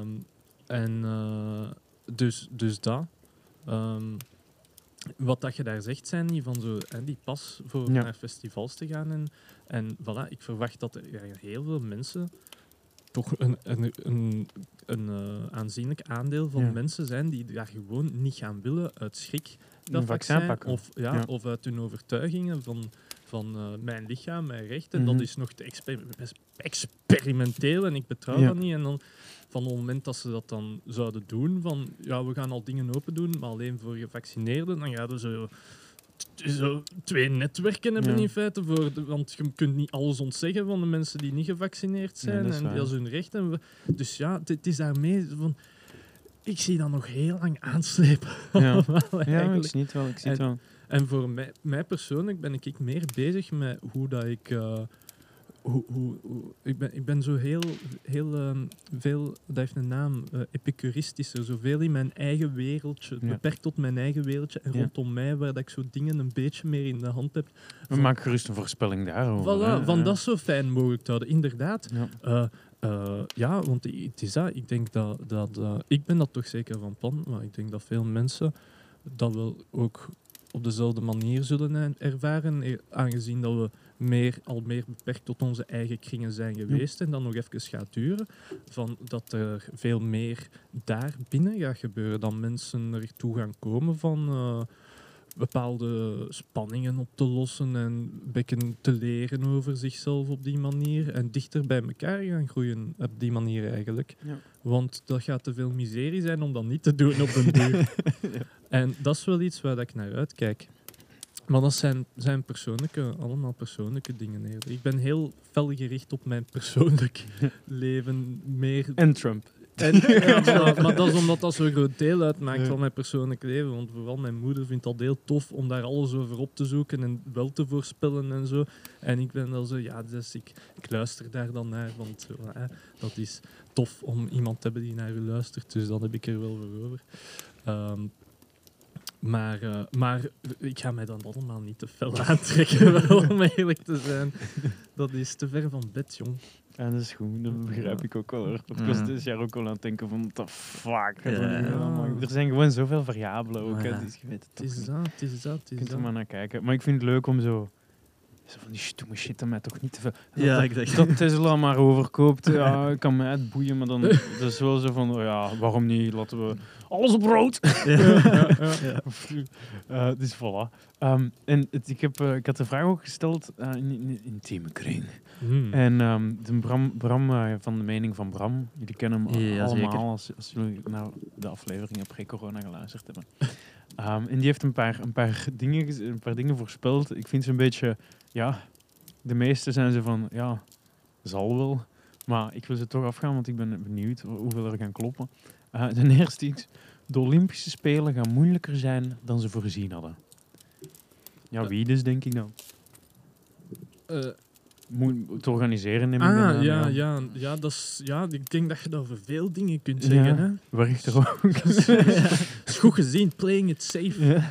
Dus dat. Wat dat je daar zegt, zijn die van zo, die pas voor Ja. naar festivals te gaan. En voilà, ik verwacht dat er heel veel mensen, toch een aanzienlijk aandeel van Ja. mensen zijn die daar gewoon niet gaan willen uit schrik dat Een vaccin pakken. Of uit hun overtuigingen van mijn lichaam, mijn rechten. Mhm. Dat is nog te experimenteel en ik betrouw Ja. dat niet. En dan van het moment dat ze dat dan zouden doen, van ja, we gaan al dingen open doen, maar alleen voor gevaccineerden, dan gaan we zo 2 netwerken hebben Ja. in feite. Want je kunt niet alles ontzeggen van de mensen die niet gevaccineerd zijn. dat is en waar. dat is hun recht. Dus ja, het is daarmee van... Ik zie dat nog heel lang aanslepen. Ja. allemaal Ja, ik eigenlijk. zie het wel. Ik zie het wel. En voor mij persoonlijk ben ik meer bezig met hoe dat ik... Ik ben zo heel veel, dat heeft een naam, epicuristischer, zoveel in mijn eigen wereldje, Ja. beperkt tot mijn eigen wereldje en Ja. rondom mij, waar dat ik zo dingen een beetje meer in de hand heb. We maken gerust een voorspelling daarover. Voilà, hè. van Ja. dat zo fijn mogelijk te houden, inderdaad. Ja. Ja, want het is dat. Ik denk dat ik ben dat toch zeker van plan, maar ik denk dat veel mensen dat wel ook op dezelfde manier zullen ervaren, aangezien dat we al meer beperkt tot onze eigen kringen zijn geweest en dan nog even gaat duren, van dat er veel meer daar binnen gaat gebeuren, dan mensen ertoe gaan komen van bepaalde spanningen op te lossen en een beetje te leren over zichzelf op die manier en dichter bij elkaar gaan groeien op die manier eigenlijk. Ja. Want dat gaat te veel miserie zijn om dat niet te doen op den duur. En dat is wel iets waar ik naar uitkijk. Maar dat zijn allemaal persoonlijke dingen. Eerder. Ik ben heel fel gericht op mijn persoonlijk leven. Meer En Trump. maar dat is omdat dat zo'n groot deel uitmaakt Ja. van mijn persoonlijk leven. Want vooral mijn moeder vindt dat heel tof om daar alles over op te zoeken en wel te voorspellen en zo. En ik ben dan zo, ja, dus ik luister daar dan naar. Want dat is tof om iemand te hebben die naar u luistert. Dus dat heb ik er wel voor over. Maar ik ga mij dan allemaal niet te fel aantrekken, wel, om eerlijk te zijn. Dat is te ver van bed, jong. Ja, dat is goed. Dat begrijp ik ook wel. Hoor. Want ik was dit jaar ook al aan het denken van, what the fuck. Ja. Er zijn gewoon zoveel variabelen ook. Hè, Ja. dus je weet het Het toch is niet. dat. Je kunt er maar naar kijken. Maar ik vind het leuk om zo van die stomme shit aan mij toch niet te veel... Ja, dat, ik dacht... dat Tesla maar overkoopt, ja, kan mij het boeien, maar dan dat is wel zo van, oh ja, waarom niet? Laten we alles op rood. Dus voilà. Ik had de vraag ook gesteld in intieme kring. En de Bram van de mening van Bram, jullie kennen hem Ja, allemaal zeker. als jullie naar de afleveringen pre-corona geluisterd hebben. En die heeft een paar dingen voorspeld. Ik vind ze een beetje, ja, de meeste zijn ze van, ja, zal wel. Maar ik wil ze toch afgaan, want ik ben benieuwd hoeveel er gaan kloppen. Ten eerste iets, de Olympische Spelen gaan moeilijker zijn dan ze voorzien hadden. Ja, wie dus, denk ik dan? Te organiseren neem ik dan aan, ja, dat is, ja, ik denk dat je dat over veel dingen kunt zeggen. Ja. Hè? Werkt er ook. Is goed gezien, playing it safe. Ja.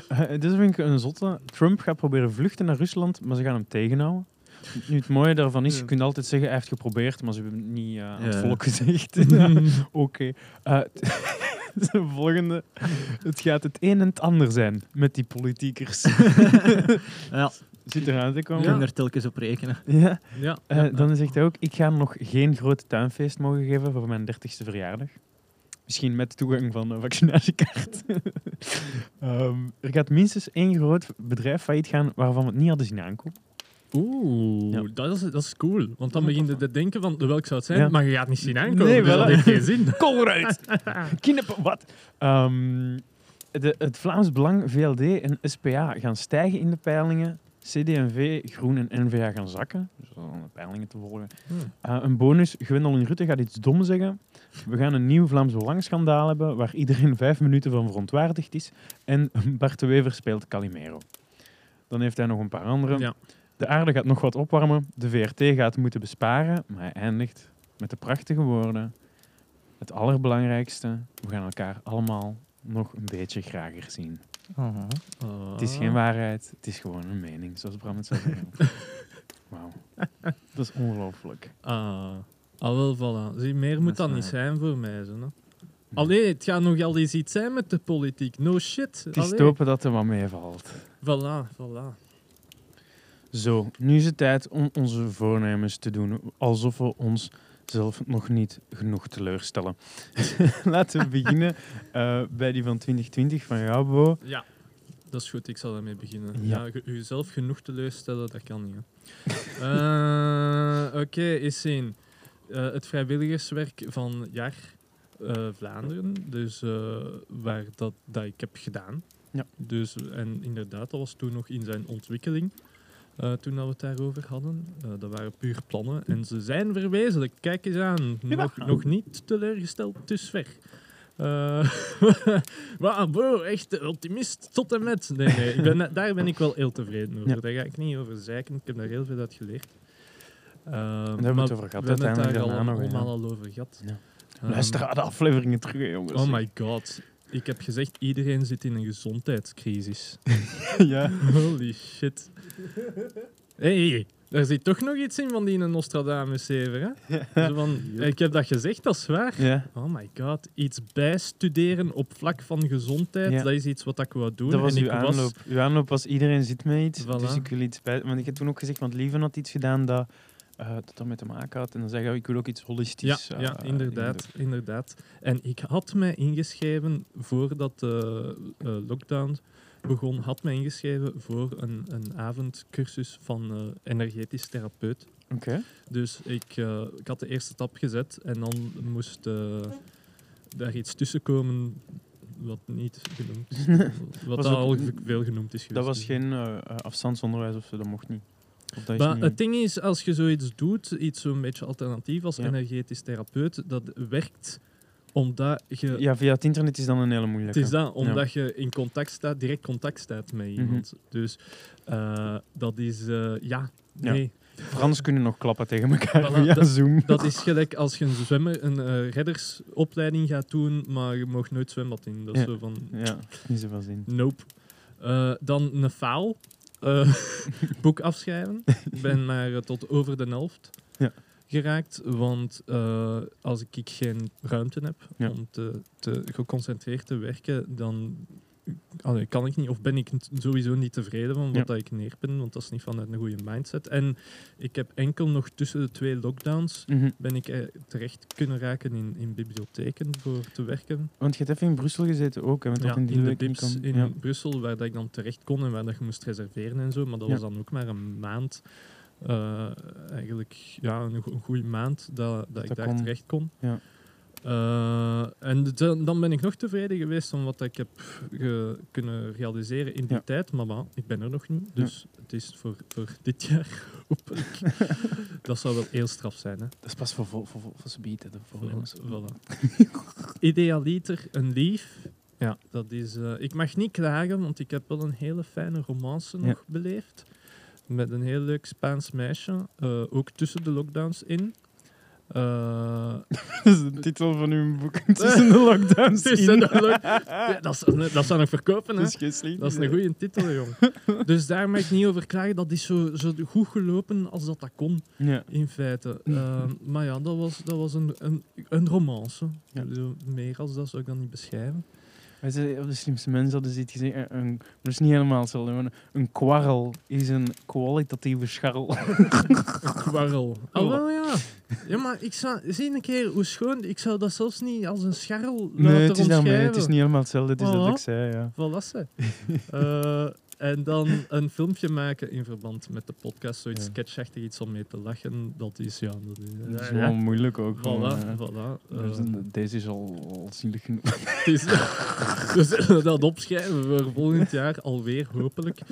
Dit vind ik een zotte. Trump gaat proberen vluchten naar Rusland, maar ze gaan hem tegenhouden. Nu, het mooie daarvan is, je kunt altijd zeggen, hij heeft geprobeerd, maar ze hebben het niet aan het volk gezegd. Oké. De volgende. Het gaat het een en het ander zijn met die politiekers. Ja, Zit eraan te we komen. kunnen er telkens op rekenen. Ja. Ja. Dan zegt hij ook, ik ga nog geen grote tuinfeest mogen geven voor mijn 30ste verjaardag. Misschien met toegang van een vaccinatiekaart. Er gaat minstens 1 groot bedrijf failliet gaan waarvan we het niet hadden zien aankomen. Oeh, Ja. dat is cool. Want dan begin je te denken van welk zou het zijn, Ja. maar je gaat niet zien aankomen. Nee, dus wel, dat hè. heeft geen zin. Kom eruit! Knippen, wat? Het Vlaams Belang, VLD en SPA gaan stijgen in de peilingen. CD&V, Groen en N-VA gaan zakken. Dus om de peilingen te volgen. Een bonus, Gwendoline Rutte gaat iets dom zeggen. We gaan een nieuw Vlaams Belang-schandaal hebben waar iedereen 5 minuten van verontwaardigd is. En Bart de Wever speelt Calimero. Dan heeft hij nog een paar andere. Ja. De aarde gaat nog wat opwarmen. De VRT gaat moeten besparen. Maar hij eindigt met de prachtige woorden. Het allerbelangrijkste, we gaan elkaar allemaal nog een beetje grager zien. Het is geen waarheid, het is gewoon een mening, zoals Bram het zou zeggen. Wauw. Dat is ongelooflijk. Wel, voilà. Zie, meer moet Dat dat is niet waar. zijn voor mij. Zo, hè. Allee, het gaat nog al eens iets zijn met de politiek. No shit. Het is Allee. te hopen dat er wat meevalt. Voilà. Zo, nu is het tijd om onze voornemens te doen, alsof we ons zelf nog niet genoeg teleurstellen. Laten we beginnen bij die van 2020 van jou, Bo. Ja, dat is goed. Ik zal daarmee beginnen. Ja. Ja, jezelf genoeg teleurstellen, dat kan niet. Hè. Oké, eens zien. Het vrijwilligerswerk van JAR Vlaanderen, dus waar dat ik heb gedaan. Ja. Dus, en inderdaad, dat was toen nog in zijn ontwikkeling. Toen dat we het daarover hadden. Dat waren puur plannen. En ze zijn verwezenlijk. Kijk eens aan. Nog niet teleurgesteld, dus ver. Maar bro, echt de ultimist tot en met. Nee, daar ben ik wel heel tevreden over. Ja. Daar ga ik niet over zeiken. Ik heb daar heel veel uit geleerd. hebben we het over gehad, We hebben het daar uiteindelijk daarna nog, allemaal al over gehad. Ja. Ehm, Luister aan de afleveringen terug, hè, jongens. Oh my god. Ik heb gezegd, iedereen zit in een gezondheidscrisis. Ja. Holy shit. Hey, daar zit toch nog iets in van die Nostradamus zever, hè? Zo van, ik heb dat gezegd, dat is waar. Ja. Oh my god, iets bijstuderen op vlak van gezondheid, Ja. dat is iets wat ik wou doen. Dat was en uw aanloop. Uw aanloop was iedereen zit met iets, Voilà. dus ik wil iets bij. Want ik heb toen ook gezegd, want Lieven had iets gedaan dat met te maken had. En dan zei hij, ik wil ook iets holistisch. Ja, inderdaad. En ik had mij ingeschreven voordat de lockdown begon, had mij ingeschreven voor een avondcursus van energetisch therapeut. Oké. Dus ik had de eerste stap gezet en dan moest daar iets tussen komen wat niet genoemd is. Wat Was dat ook- al veel genoemd is geweest. Dat was geen afstandsonderwijs of zo, dat mocht niet. Of dat is Maar niet... het ding is, als je zoiets doet, iets zo'n beetje alternatief als Ja. energetisch therapeut, dat werkt omdat je... Ja, via het internet is dan een hele moeilijke. Het is dat, omdat je in contact staat, direct contact staat met iemand. Dus dat is... Ja. nee. Frans kunnen nog klappen tegen elkaar Voilà, via Zoom. Dat is gelijk als je een reddersopleiding gaat doen, maar je mag nooit zwembad in. Dat is Ja. zo van... Ja, niet zoveel zin. Nope. Dan een faal. Boek afschrijven. Ik ben maar tot over de helft Ja. geraakt. Want als ik geen ruimte heb Ja. om te geconcentreerd te werken, dan kan ik niet, of ben ik sowieso niet tevreden van wat Ja. dat ik neer ben, want dat is niet vanuit een goede mindset. En ik heb enkel nog tussen de 2 lockdowns ben ik terecht kunnen raken in bibliotheken voor te werken. Want je hebt even in Brussel gezeten ook, hè? Want dat Ja, in die in de week niet Bips kon. in Ja. Brussel, waar dat ik dan terecht kon en waar dat je moest reserveren en zo. Maar dat Ja. was dan ook maar een maand. Eigenlijk een goede maand dat ik daar kon. terecht kon. Ja. En dan ben ik nog tevreden geweest van wat ik heb kunnen realiseren in die Ja. tijd. Maar ik ben er nog niet. Dus het is voor dit jaar hopelijk. Dat zou wel heel straf zijn. Hè? Dat is pas voor Sbeet, hè, de voornemens. Voilà. Idealiter een lief. Ja, dat is... ik mag niet klagen, want ik heb wel een hele fijne romance nog beleefd. Met een heel leuk Spaans meisje. Ook tussen de lockdowns in. Dat is de titel van uw boek. Tussen de lockdowns in. Ja, dat zou nog verkopen, hè. Dat is geen slecht Dat is een idee. goede titel, jong. Dus daar mag ik niet over klagen. Dat is zo goed gelopen als dat kon, Ja. in feite. Maar ja, dat was een romance. Ja. Zo, meer als dat zou ik dan niet beschrijven. Wij zijn op de slimste mensen hadden ze iets gezegd. Dat is niet helemaal hetzelfde. Maar een kwarrel is een kwalitatieve scharrel. Kwarrel. Oh, wel ja. Ja, maar zie een keer hoe schoon... Ik zou dat zelfs niet als een scharrel Nee, laten het is, daarmee, omschrijven. het is niet helemaal hetzelfde. Het is dat Voilà. ik zei, ja. Voilà, ze. En dan een filmpje maken in verband met de podcast. Zoiets Ja. sketchachtig, iets om mee te lachen. Dat is, ja... Dat is wel moeilijk ook. Voilà, voilà. Deze is al zielig genoeg. Het is, dus dat opschrijven voor volgend jaar alweer, hopelijk.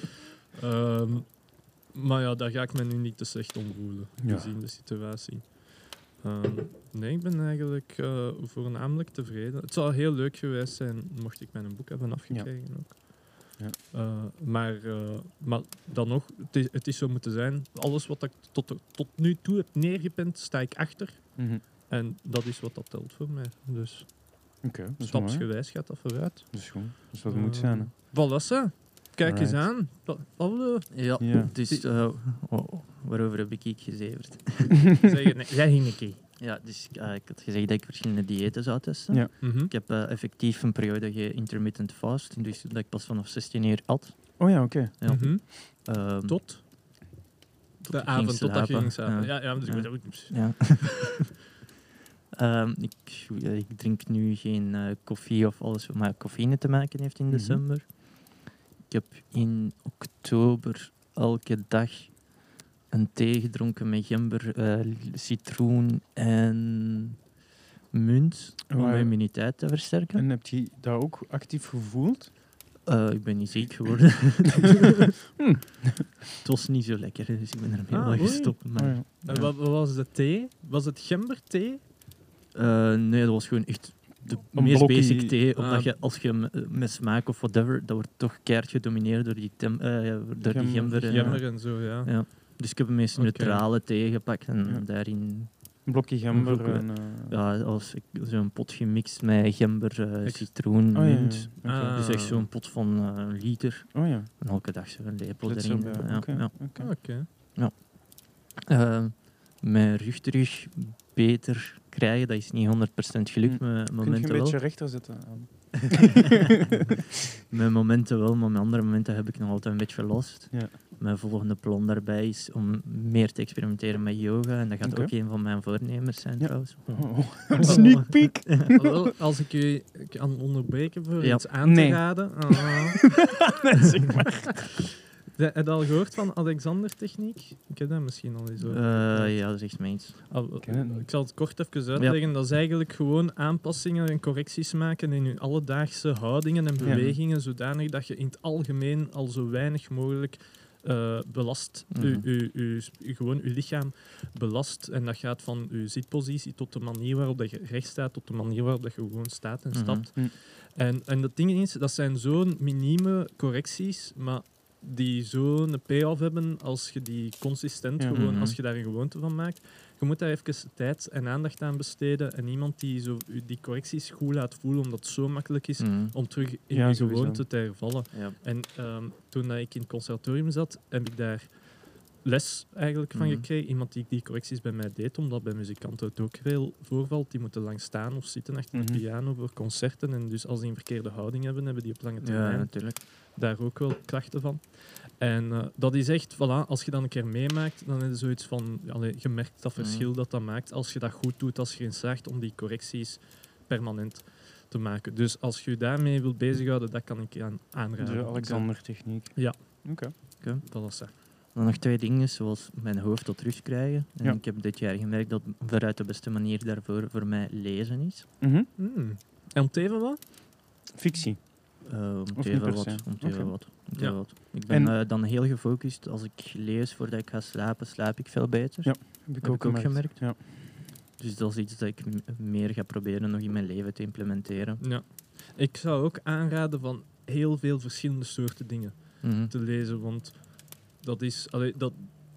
Maar ja, daar ga ik me nu niet te slecht om voelen, Ja. gezien de situatie. Nee, ik ben eigenlijk voornamelijk tevreden. Het zou heel leuk geweest zijn mocht ik mijn boek hebben afgekregen ook. Ja. Maar dan nog, het is zo moeten zijn. Alles wat ik tot nu toe heb neergepend, sta ik achter. Mhm. En dat is wat dat telt voor mij. Dus Oké, dat is mooi. stapsgewijs gaat dat vooruit. Dat is goed. Dat is wat het moet zijn. Hè. Voilà, ze. Kijk eens Alright. aan. Hallo. Ja, Ja. dus waarover heb ik gezeverd? Zeg, nee, jij ging een keer. Ja, dus ik had gezegd dat ik verschillende diëten zou testen. Ja. Mhm. Ik heb effectief een periode intermittent fast, dus dat ik pas vanaf 16 uur at. Oh ja, oké. Ja. Mhm. Tot Tot de ik ging avond, totdat je slapen. ging slapen. Ja. Ja, dus ik Ja. weet ook... Ja. Ik drink nu geen koffie of alles wat met cafeïne te maken heeft in Mhm. december. Ik heb in oktober elke dag een thee gedronken met gember, citroen en munt om Waar- mijn immuniteit te versterken. En heb je dat ook actief gevoeld? Ik ben niet ziek geworden. Het was niet zo lekker, dus ik ben er heel erg oei. gestopt. Maar, Oh, ja. En wat was de thee? Was het gemberthee? nee, dat was gewoon echt de Een meest blokkie- basic thee. Omdat Ah. je, als je met smaak of whatever, dat wordt toch keihard gedomineerd door die, door die gember. En, Gember en zo, ja. ja. Dus ik heb een meest Oké. neutrale thee gepakt en Ja. daarin Een blokje gember. Ook wel. En, ja, als ik zo'n pot gemixt met gember, Ik- citroen, oh ja, ja. munt. Oké. Ah. Dus echt zo'n pot van een liter. Oh ja. En elke dag zo'n lepel Dat is erin. erbij. Ja, Oké, ja. oké. Oké. Mijn rug terug beter krijgen, dat is niet 100% gelukt. Met Kun je momenten een wel. beetje rechter zetten? Met momenten wel, maar met andere momenten heb ik nog altijd een beetje last. Ja. Mijn volgende plan daarbij is om meer te experimenteren met yoga. En dat gaat Oké. ook een van mijn voornemens zijn Ja. trouwens. Oh. Een sneak peek. Wel, als ik u kan onderbreken voor Ja. iets aan te Nee. raden. Zeg maar. Heb je al gehoord van Alexander-techniek? Ik heb dat misschien al eens over. Ja, dat is echt mijn iets. ken het niet. Ik zal het kort even uitleggen. Dat is eigenlijk gewoon aanpassingen en correcties maken in je alledaagse houdingen en Ja. bewegingen, zodanig dat je in het algemeen al zo weinig mogelijk belast, Mhm. gewoon je lichaam belast. En dat gaat van je zitpositie tot de manier waarop dat je recht staat, tot de manier waarop dat je gewoon staat en Mhm. stapt. Mhm. En dat ding is, dat zijn zo'n minieme correcties, maar die zo'n payoff hebben als je die consistent Ja. gewoon, Mhm. als je daar een gewoonte van maakt. Je moet daar even tijd en aandacht aan besteden. En iemand die zo die correcties goed laat voelen, omdat het zo makkelijk is Mhm. om terug in Ja, je sowieso. gewoonte te hervallen. Ja. En toen dat ik in het conservatorium zat, heb ik daar les eigenlijk van Mhm. gekregen. Iemand die correcties bij mij deed, omdat bij muzikanten het ook veel voorvalt. Die moeten lang staan of zitten achter de Mhm. piano voor concerten. En dus als die een verkeerde houding hebben, hebben die op lange Ja, termijn natuurlijk. daar ook wel klachten van. En dat is echt, voilà, als je dan een keer meemaakt, dan heb je zoiets van, allee, je merkt dat verschil dat dat maakt als je dat goed doet, als je erin slaagt om die correcties permanent te maken. Dus als je je daarmee wilt bezighouden, dat kan ik je aanraden. De Alexander-techniek. Ja. Oké. Dat is dat. Dan nog 2 dingen, zoals mijn hoofd tot rust krijgen. En Ja. ik heb dit jaar gemerkt dat veruit de beste manier daarvoor voor mij lezen is. Mhm. En om te even wat? Fictie. Om Of te niet even per wat. se? Om te Oké. even wat. Om te Ja. even wat. Ik ben En- dan heel gefocust. Als ik lees voordat ik ga slapen, slaap ik veel beter. Ja. Heb ik ook gemerkt. Ja. Dus dat is iets dat ik meer ga proberen nog in mijn leven te implementeren. Ja. Ik zou ook aanraden van heel veel verschillende soorten dingen Mhm. te lezen, want dat is... Allee, dat,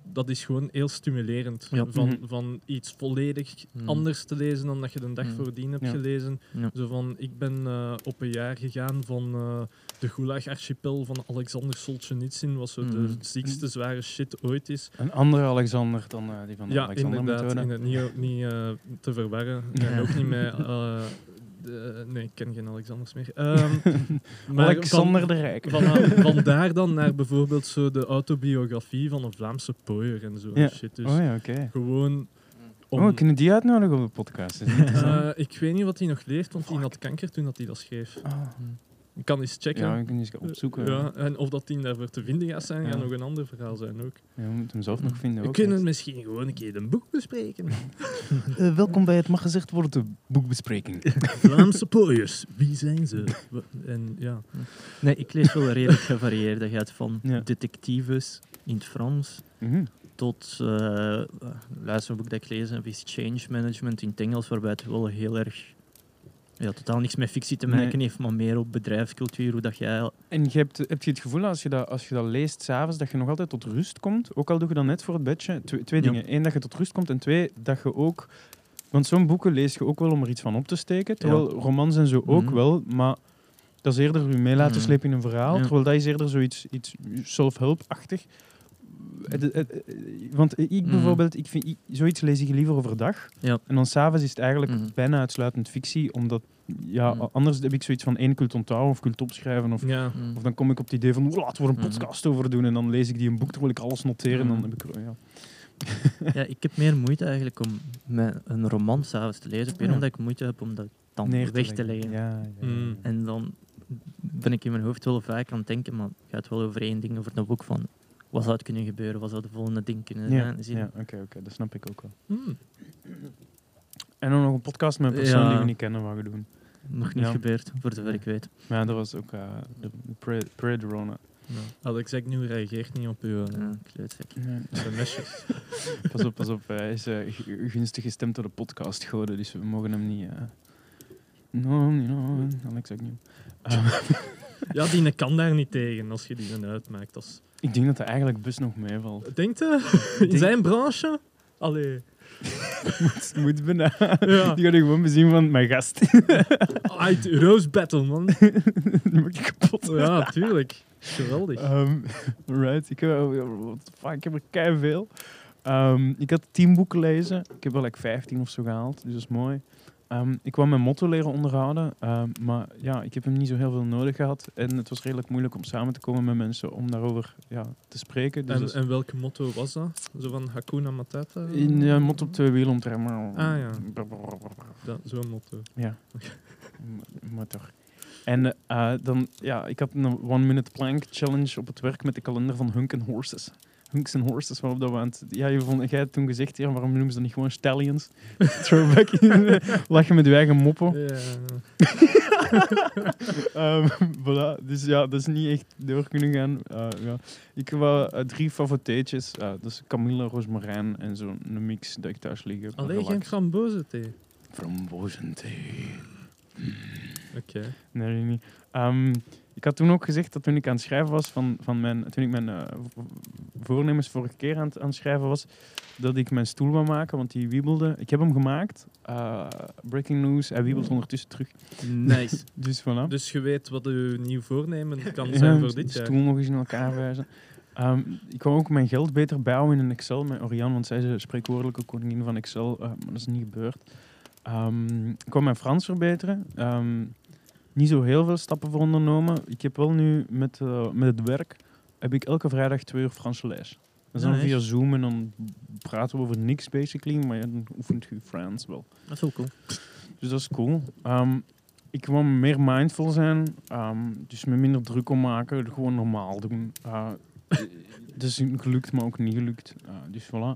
dat is gewoon heel stimulerend. Ja. Van iets volledig anders te lezen dan dat je de dag voordien hebt gelezen. Ja. Zo van, ik ben op een jaar gegaan van de Gulag-archipel van Alexander Solzhenitsyn, wat zo de ziekste zware shit ooit is. Een andere Alexander dan die van de Ja, Alexander-methode. inderdaad. Niet te verwarren. En ook niet met... nee, ik ken geen Alexanders meer. Maar Alexander de Rijke. van daar dan naar bijvoorbeeld zo de autobiografie van een Vlaamse pooier en zo. Ja. Shit. Dus Oh ja, oké. gewoon... We kunnen die uitnodigen op de podcast. Dat is interessant. ik weet niet wat hij nog leeft, want hij had kanker toen dat hij dat schreef. Ah. Ik kan eens checken. Ja, we kunnen eens opzoeken. Ja, en of dat die daarvoor te vinden gaat zijn, Ja. gaat nog een ander verhaal zijn ook. Ja, we moeten hem zelf nog vinden. We ook kunnen net. misschien gewoon een keer een boek bespreken. Welkom bij het mag gezegd worden boekbespreking. Vlaamse pooiers, wie zijn ze? En ja... Nee, ik lees wel redelijk gevarieerd. Dat gaat van Ja. detectives in het Frans tot luisterboek dat ik lees heb is Change Management in het Engels, waarbij het wel heel erg totaal niks met fictie te maken heeft, maar meer op bedrijfscultuur, hoe dat jij... En heb je het gevoel als je dat leest s'avonds, dat je nog altijd tot rust komt? Ook al doe je dat net voor het bedje. Twee dingen. Eén, dat je tot rust komt. En twee, dat je ook... Want zo'n boeken lees je ook wel om er iets van op te steken. Terwijl romans en zo ook wel, maar dat is eerder je mee laten slepen in een verhaal. Ja. Terwijl dat is eerder zoiets self-help-achtig. Want ik bijvoorbeeld, zoiets lees ik liever overdag. Ja. En dan s'avonds is het eigenlijk bijna uitsluitend fictie, omdat anders heb ik zoiets van één, ik wil het onthouden of ik wil het opschrijven. Of dan kom ik op het idee van, laten we er een podcast over doen. En dan lees ik die een boek terwijl ik alles noteer. En dan heb ik... Ja, ik heb meer moeite eigenlijk om met een roman s'avonds te lezen. Puur omdat ik moeite heb om dat dan weg te leggen. Ja. En dan ben ik in mijn hoofd wel vaak aan het denken, maar het gaat wel over één ding, over een boek van wat zou het kunnen gebeuren, wat zou de volgende ding kunnen zijn. Ja, oké, dat snap ik ook wel. En dan nog een podcast met een persoon Ja. die we niet kennen, wat we doen. Nog niet gebeurd, voor zover ik weet. Maar ja, dat was ook de pre-Dorona. Alex Zek nu reageert niet op uw Kleutzak. sms'jes. Pas op, hij is gunstig gestemd door de podcastgoden, dus we mogen hem niet... No, Alex ook niet. Ja, die kan daar niet tegen als je die dan uitmaakt. Ik denk dat hij eigenlijk best nog meevalt. Denkt je? In zijn branche? Allee. Moet bijna. Ja. Die ga je gewoon bezien van mijn gast. Uit Rose Battle, man. Die maak ik kapot. Ja, tuurlijk. Geweldig. Right. Ik heb er keiveel. Ik had 10 boeken lezen. Ik heb er 15 of zo gehaald, dus dat is mooi. Ik wou mijn motto leren onderhouden, maar ja, ik heb hem niet zo heel veel nodig gehad. En het was redelijk moeilijk om samen te komen met mensen om daarover te spreken. Dus en welk motto was dat? Zo van Hakuna Matata? in motto op 2 wielen om te remmen. Ah ja, zo'n motto. Ja, motor. En dan, ik had een 1-minute plank challenge op het werk met de kalender van Hunk and Horses. Hunks and Horses, waarop dat we aan het... Ja, jij had toen gezegd, waarom noemen ze dat niet gewoon stallions? Throwback. Lachen met je eigen moppen. Ja. Voilà. Dus ja, dat is niet echt door kunnen gaan. Ik wou 3 favorietjes. Dus Camilla, roosmarijn en zo'n mix dat ik thuis liggen. Alleen geen frambozenthee? Frambozenthee. Oké. Nee, niet. Ik had toen ook gezegd dat toen ik aan het schrijven was toen ik mijn voornemens vorige keer aan het schrijven was, dat ik mijn stoel wou maken, want die wiebelde. Ik heb hem gemaakt. Breaking news, hij wiebelt ondertussen terug. Nice. Dus voilà. Dus je weet wat uw nieuw voornemen kan zijn voor dit de jaar. stoel nog eens in elkaar wijzen. Ik wou ook mijn geld beter bijhouden in een Excel met Oriane, want zij is de spreekwoordelijke koningin van Excel, maar dat is niet gebeurd. Ik wou mijn Frans verbeteren. Niet zo heel veel stappen voor ondernomen. Ik heb wel nu met het werk heb ik elke vrijdag 2 uur Franse les. Dat is dan via Zoom en dan praten we over niks basically, maar dan oefent je Frans wel. Dat is wel cool. Dus dat is cool. Ik wil meer mindful zijn, dus me minder druk om maken, gewoon normaal doen. Het is gelukt, maar ook niet gelukt. Dus voilà.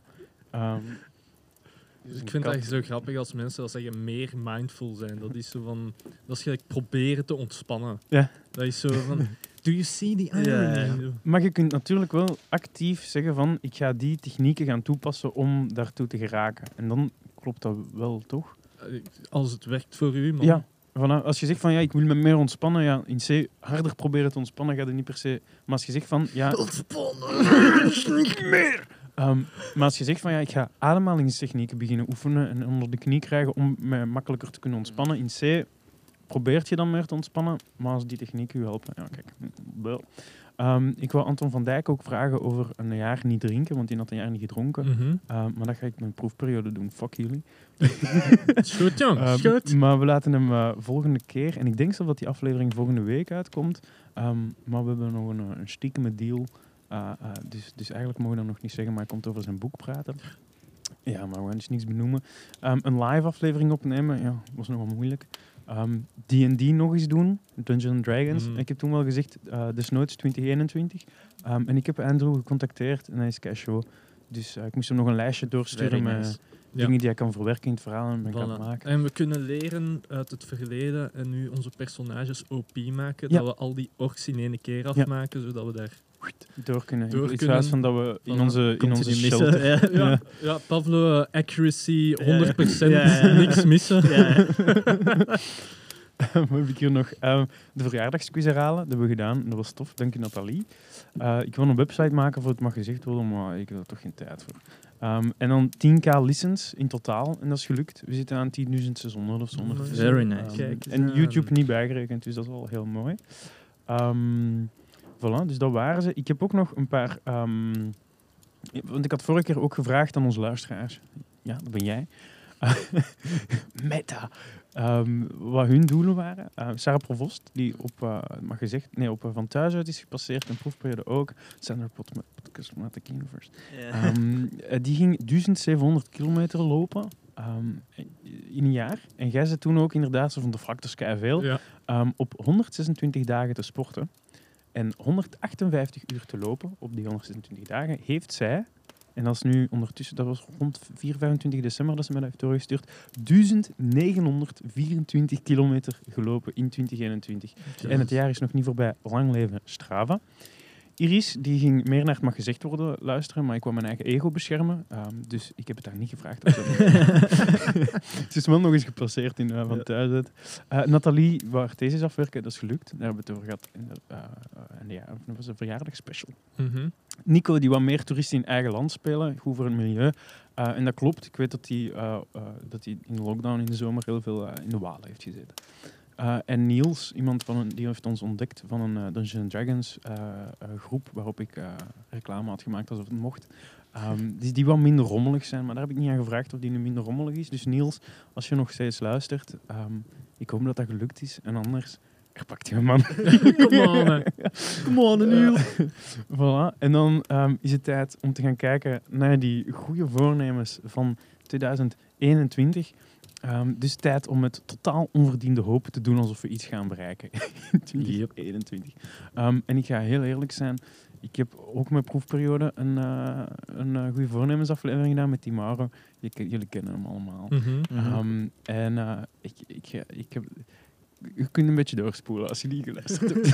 Dus ik vind het echt zo grappig als mensen dat zeggen meer mindful zijn. Dat is zo van... Dat is gelijk proberen te ontspannen. Ja. Dat is zo van... Do you see the irony? Ja. Maar je kunt natuurlijk wel actief zeggen van ik ga die technieken gaan toepassen om daartoe te geraken. En dan klopt dat wel, toch? Als het werkt voor u, man. Ja. Voilà. Als je zegt van ik wil me meer ontspannen, in C harder proberen te ontspannen gaat het niet per se. Maar als je zegt van ontspannen is niet meer. Maar als je zegt van ja, ik ga ademhalingstechnieken beginnen oefenen en onder de knie krijgen om mij makkelijker te kunnen ontspannen. In C probeert je dan meer te ontspannen, maar als die technieken u helpen, ja kijk. Wel. Ik wou Anton van Dijk ook vragen over een jaar niet drinken, want die had een jaar niet gedronken. Maar dat ga ik mijn proefperiode doen. Fuck jullie. Is goed, jong. Is goed. Maar we laten hem volgende keer, en ik denk zelf dat die aflevering volgende week uitkomt, maar we hebben nog een stiekeme deal. Dus eigenlijk mogen we dat nog niet zeggen, maar hij komt over zijn boek praten. Ja, maar we gaan dus niets benoemen. Een live aflevering opnemen, ja, was nogal moeilijk. D&D nog eens doen, Dungeons & Dragons. Ik heb toen wel gezegd, desnoods 2021. En ik heb Andrew gecontacteerd en hij is casual. Dus ik moest hem nog een lijstje doorsturen met dingen die hij kan verwerken in het verhaal en kan maken. En we kunnen leren uit het verleden en nu onze personages OP maken. Ja. Dat we al die orks in één keer afmaken, zodat we daar Door kunnen. Door In kunnen. plaats van dat we in onze Continu shelter... missen. Ja. Ja, Pavlo, accuracy 100%, Ja. niks missen. Ja. We hebben hier nog de verjaardagsquiz herhalen. Dat hebben we gedaan. Dat was tof. Dank je, Nathalie. Ik wil een website maken voor het mag gezegd worden, maar ik heb er toch geen tijd voor. En dan 10k listens in totaal. En dat is gelukt. We zitten aan 10.600 of zo. Very nice. Kijk eens En aan. YouTube niet bijgerekend, dus dat is wel heel mooi. Voilà, dus dat waren ze. Ik heb ook nog een paar... want ik had vorige keer ook gevraagd aan onze luisteraars. Ja, dat ben jij. Meta. Wat hun doelen waren. Sarah Provost, die op Van Thuis uit is gepasseerd. En proefperiode ook. Sander Cosmatic Universe. Die ging 1700 kilometer lopen in een jaar. En jij zei toen ook inderdaad, zo van de vlakte is veel. Ja. Op 126 dagen te sporten en 158 uur te lopen op die 126 dagen, heeft zij, en dat is nu ondertussen, dat was rond 25 december dat ze mij dat heeft doorgestuurd, 1924 kilometer gelopen in 2021. En het jaar is nog niet voorbij. Lang leven Strava. Iris, die ging meer naar het mag gezegd worden luisteren, maar ik wou mijn eigen ego beschermen. Dus ik heb het daar niet gevraagd. Het is wel nog eens gepasseerd in Van Thuis uit. Nathalie wou haar thesis afwerken, dat is gelukt. Daar hebben we het over gehad. Dat was een verjaardagsspecial. Nico, die wou meer toeristen in eigen land spelen, goed voor het milieu. En dat klopt. Ik weet dat hij in de lockdown in de zomer heel veel in de Walen heeft gezeten. En Niels, iemand die heeft ons ontdekt van een Dungeons & Dragons groep waarop ik reclame had gemaakt alsof het mocht. Die wat minder rommelig zijn, maar daar heb ik niet aan gevraagd of die nu minder rommelig is. Dus Niels, als je nog steeds luistert, ik hoop dat dat gelukt is. En anders, er pakt je man. Come on, Niels. Voilà. En dan is het tijd om te gaan kijken naar die goede voornemens van 2021. Dus tijd om met totaal onverdiende hoop te doen alsof we iets gaan bereiken in 2021. En ik ga heel eerlijk zijn, ik heb ook mijn proefperiode een goede voornemensaflevering gedaan met Timaro. Jullie kennen hem allemaal. Ik heb... Je kunt een beetje doorspoelen als je die geluisterd hebt.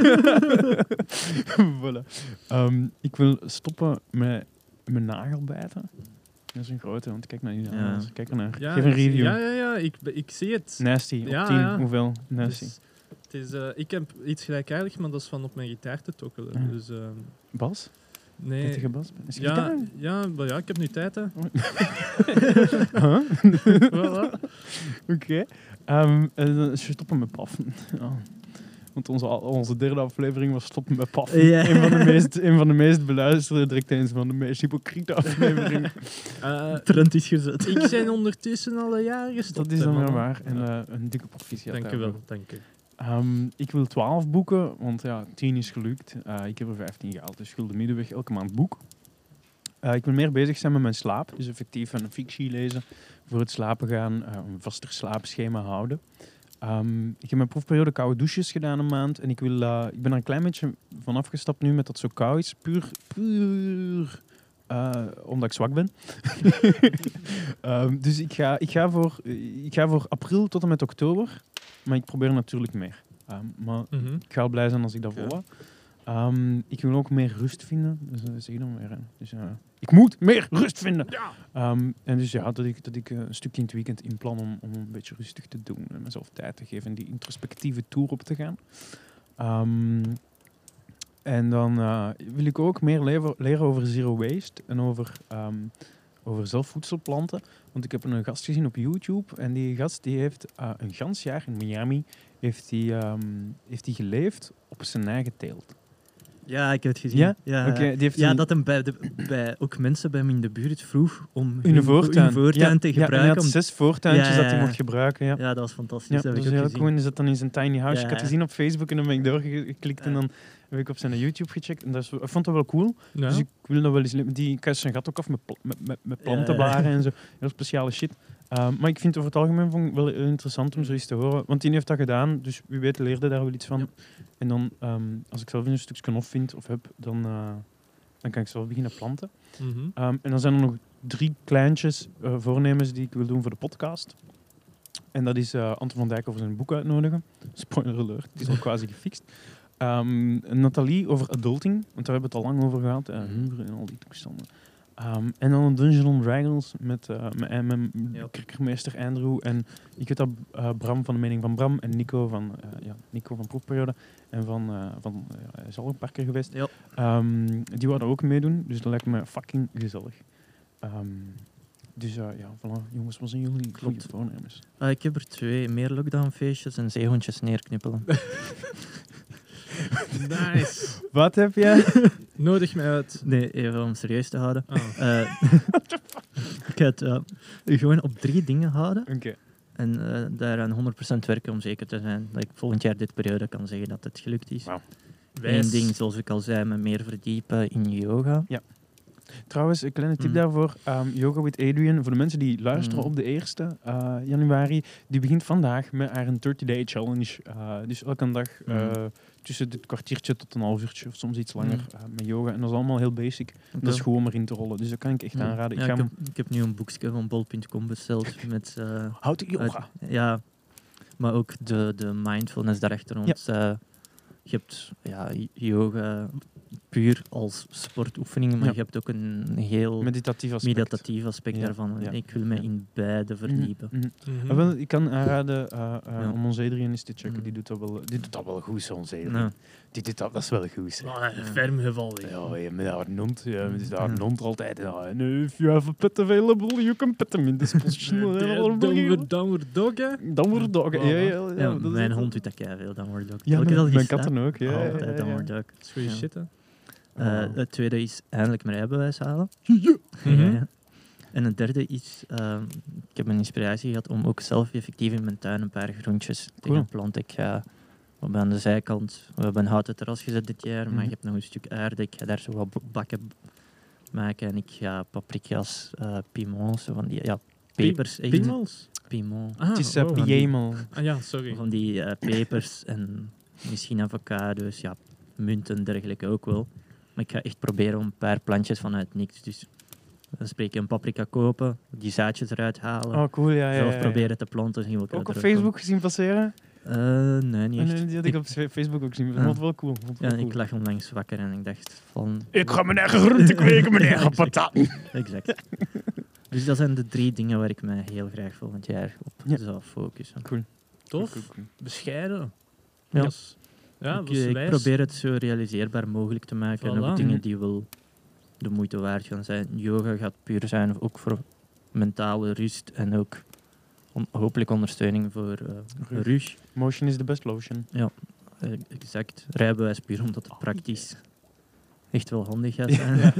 Voilà. Ik wil stoppen met mijn nagel bijten. Dat is een grote, want kijk naar die naast. Kijk ernaar. Ja, geef een review. Ja, ik zie het. Nasty, op Ja, 10. ja. Hoeveel? Nasty. Dus, ik heb iets gelijkaardigs, maar dat is van op mijn gitaar te tokkelen. Ja. Dus, Bas? nee. Pittige Bas? Is je Ja, gitaar? maar ik heb nu tijd, hè. Huh? Voilà. Oké. Stoppen met paffen. Ja. Want onze derde aflevering was stoppen met paffen. Ja. Een van de meest beluisterde, direct een van de meest hypocriete afleveringen. Trend is gezet. Ik ben ondertussen al een jaar gestopt. Dat is dan hè, weer man. waar. En een dikke proficiat. Dank u daarvoor. wel, dank u. Ik wil 12 boeken, want 10 is gelukt. Ik heb er 15 gehaald, dus Gulden Middenweg, elke maand boek. Ik wil meer bezig zijn met mijn slaap, dus effectief een fictie lezen voor het slapen gaan, een vaster slaapschema houden. Ik heb mijn proefperiode koude douches gedaan een maand en ik ben er een klein beetje van afgestapt nu met dat zo koud is, puur omdat ik zwak ben. Dus ik ga voor april tot en met oktober. Maar ik probeer natuurlijk meer. Maar ik ga blij zijn als ik dat volhoud. Ik wil ook meer rust vinden. Dus dat zeg ik dan weer. Dus, ik moet meer rust vinden. Ja. En dus ja, dat ik een stukje in het weekend inplan om een beetje rustig te doen. En mezelf tijd te geven en die introspectieve tour op te gaan. En dan wil ik ook meer leren over zero waste en over zelfvoedselplanten. Want ik heb een gast gezien op YouTube en die gast die heeft een gans jaar in Miami heeft die geleefd op zijn eigen teelt. Ja, ik heb het gezien. Ja? Ja, Oké, die heeft ja een- dat hem bij ook mensen bij hem in de buurt vroeg om in een voortuin, te Ja, en gebruiken. hij had 6 voortuintjes Ja, dat hij ja. mocht gebruiken. Ja. Ja, dat was fantastisch. Ja, dat dat heb is ik ook heel gezien. cool. Is dat dan in zijn tiny house? Ja, Ik had ja. gezien op Facebook en dan ben ik doorgeklikt en Ja. dan heb ik op zijn YouTube gecheckt. En ik vond dat wel cool. Ja. Dus ik wil dat wel eens... Die kast zijn gat ook af met plantenblaren en zo. Heel speciale shit. Maar ik vind het over het algemeen wel heel interessant om zoiets te horen. Want die heeft dat gedaan, dus wie weet leerde daar wel iets van. Ja. En dan, als ik zelf een stukje knop vind of heb, dan kan ik zelf beginnen planten. Mhm. En dan zijn er nog 3 kleintjes voornemens die ik wil doen voor de podcast. En dat is Anton van Dijk over zijn boek uitnodigen. Spoiler alert, het is al quasi gefixt. Nathalie over adulting, want daar hebben we het al lang over gehad. Huur en al die toestanden. En dan een Dungeons & Dragons met Ja. kerkermeester Andrew. En ik weet dat Bram van de mening van Bram en Nico van Proefperiode. En hij is al een paar keer geweest. Ja. Die wilden ook meedoen, dus dat lijkt me fucking gezellig. Dus voilà. Jongens, wat zijn jullie goede voornemens? Ik heb er 2. Meer lockdownfeestjes en zeehondjes neerknuppelen. Nice. Wat heb jij? Nodig mij uit. Nee, even om serieus te houden. Ah. Ik ga het gewoon op 3 dingen houden. Oké. En daaraan 100% werken om zeker te zijn dat ik volgend jaar dit periode kan zeggen dat het gelukt is. Wauw. Eén ding, zoals ik al zei, me meer verdiepen in yoga. Trouwens, een kleine tip daarvoor. Yoga with Adrian. Voor de mensen die luisteren Mm. op de 1e januari. Die begint vandaag met haar een 30-day challenge. Dus elke dag tussen dit kwartiertje tot een half uurtje of soms iets langer met yoga. En dat is allemaal heel basic. Dat is gewoon om erin te rollen. Dus dat kan ik echt aanraden. Ja, ik heb nu een boekje van bol.com besteld met... Houd de yoga. ja, maar ook de mindfulness daarachter. Want je hebt yoga puur als sportoefening, maar Ja. je hebt ook een heel Meditatief aspect. aspect daarvan. Ja. Ik wil me in beide verdiepen. Mhm. Mhm. Wel, ik kan aanraden Ja. om onze Adrian eens te checken. Mhm. Die doet dat wel goed, zo'n Adrian. Nou, Die doet dat is wel goed. Ferm geval. Ja, je met haar noemt, met haar Ja. noemt altijd. And if you have a pet available, you can pet them in this position. Downward dog, hè? Dan wordt het ook. ja, dat is mijn het. hond doet dat keiveel, dan wordt ook. Ja, Elke dag mijn is dat. katten ook. Ja, Altijd dan wordt ook. Dat is goede Ja. shit, hè? Het tweede is eindelijk mijn rijbewijs halen. Mhm. Ja. En het derde is, ik heb een inspiratie gehad om ook zelf effectief in mijn tuin een paar groentjes te Cool. gaan planten. Ik ga aan de zijkant, we hebben een houten terras gezet dit jaar, maar Mhm. ik heb nog een stuk aarde. Ik ga daar zo wat bakken maken en ik ga paprika's, piments, zo van die pepers. echt. Piemels? Piment. Ah, Het is oh. piemel. Ah ja, sorry. Van die pepers en misschien avocado's, munt en dergelijke ook wel. Maar ik ga echt proberen om een paar plantjes vanuit niks. Dus dan spreek je een paprika kopen, die zaadjes eruit halen, Oh, cool. Ja, zelf proberen te planten. Zien wat Ook op er Facebook gezien passeren? Nee, niet echt. Die had ik op Facebook ook gezien. Dat vond ik wel cool. Ik lag onlangs wakker en ik dacht van... Ik ga mijn eigen groente kweken, mijn eigen Exact. pataten. Exact. Dus dat zijn de 3 dingen waar ik mij heel graag volgend jaar op Ja. zou focussen. Tof. Cool. Bescheiden. Ja. Yes. Ja, dat is ik wijs. probeer het zo realiseerbaar mogelijk te maken. En Voilà. ook dingen die wel de moeite waard gaan zijn. Yoga gaat puur zijn ook voor mentale rust en ook hopelijk ondersteuning voor Rug. rug. Motion is the best lotion. Exact. Rijbewijs puur omdat het praktisch echt wel handig gaat zijn.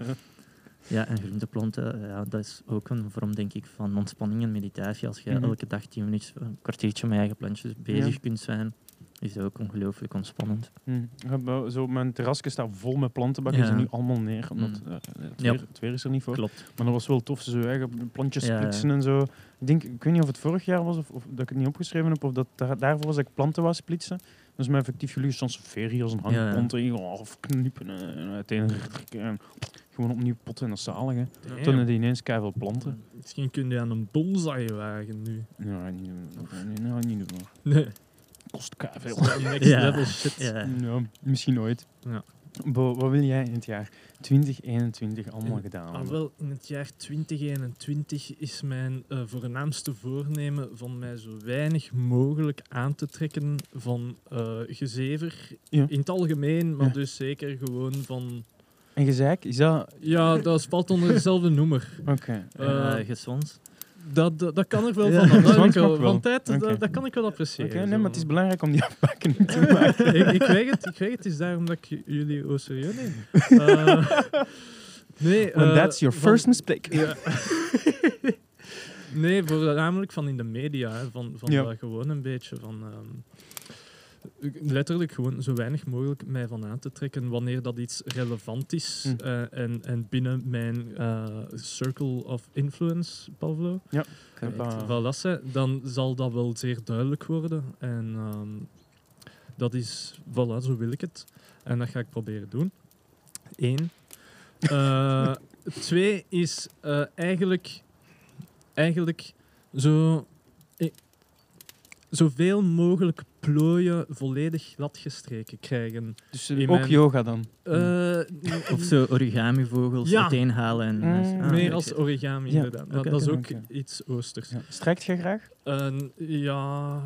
Ja, en groenteplanten, dat is ook een vorm, denk ik, van ontspanning en meditatie. Als je Mhm. elke dag 10 minuten, een kwartiertje met eigen plantjes bezig kunt zijn, is dat ook ongelooflijk ontspannend. Zo, mijn terrasje staat vol met plantenbakken. Ja. Die zijn nu allemaal neer. Omdat het weer is er niet voor. Klopt. Maar dat was wel tof. Zo eigen plantjes Ja. splitsen en zo. Ik weet niet of het vorig jaar was of dat ik het niet opgeschreven heb. Of dat daarvoor was dat ik planten wou splitsen. Dus mij effectief jullie soms ferie als een hangplanten in afknippen en uiteen trekken. En gewoon opnieuw potten en dat is zalig. Hè. Damn. Toen hadden die ineens keiveel planten. Misschien kun je aan een bonsai wagen nu. Ja, niet doen. Niet doen. Nee. Kost keiveel. Next Ja. level shit. Ja. Ja, misschien nooit. Bo, wat wil jij in het jaar 2021 allemaal gedaan hebben? Wel, in het jaar 2021 is mijn voornaamste voornemen van mij zo weinig mogelijk aan te trekken van gezever. Ja. In het algemeen, maar Ja. dus zeker gewoon van... En gezeik, is dat... Ja, dat valt onder dezelfde noemer. Oké. Gezwans. Dat kan er wel Ja, van. Dat dat kan ik mag wel. wel. Van tijd, Oké. dat kan ik wel Oké, appreciëren. nee, maar het is zo. belangrijk om die afbakening te maken. ik weet het is daarom dat ik jullie serieus neem. Nee, And that's your van- first mistake. Ja. Nee, voornamelijk van in de media. Hè, van Ja. dat gewoon een beetje van... letterlijk gewoon zo weinig mogelijk mij van aan te trekken wanneer dat iets relevant is en binnen mijn circle of influence, Pavlo, dan zal dat wel zeer duidelijk worden. En dat is, voilà, zo wil ik het. En dat ga ik proberen doen. 1. 2 is eigenlijk zo... Zoveel mogelijk plooien volledig gladgestreken krijgen. Dus In ook mijn- yoga dan? Of zo origami-vogels Ja. uiteenhalen. En, Meer oké. als origami, Ja, inderdaad. oké, Dat is ook oké. iets Oosters. Ja. Strijkt jij graag? Ja...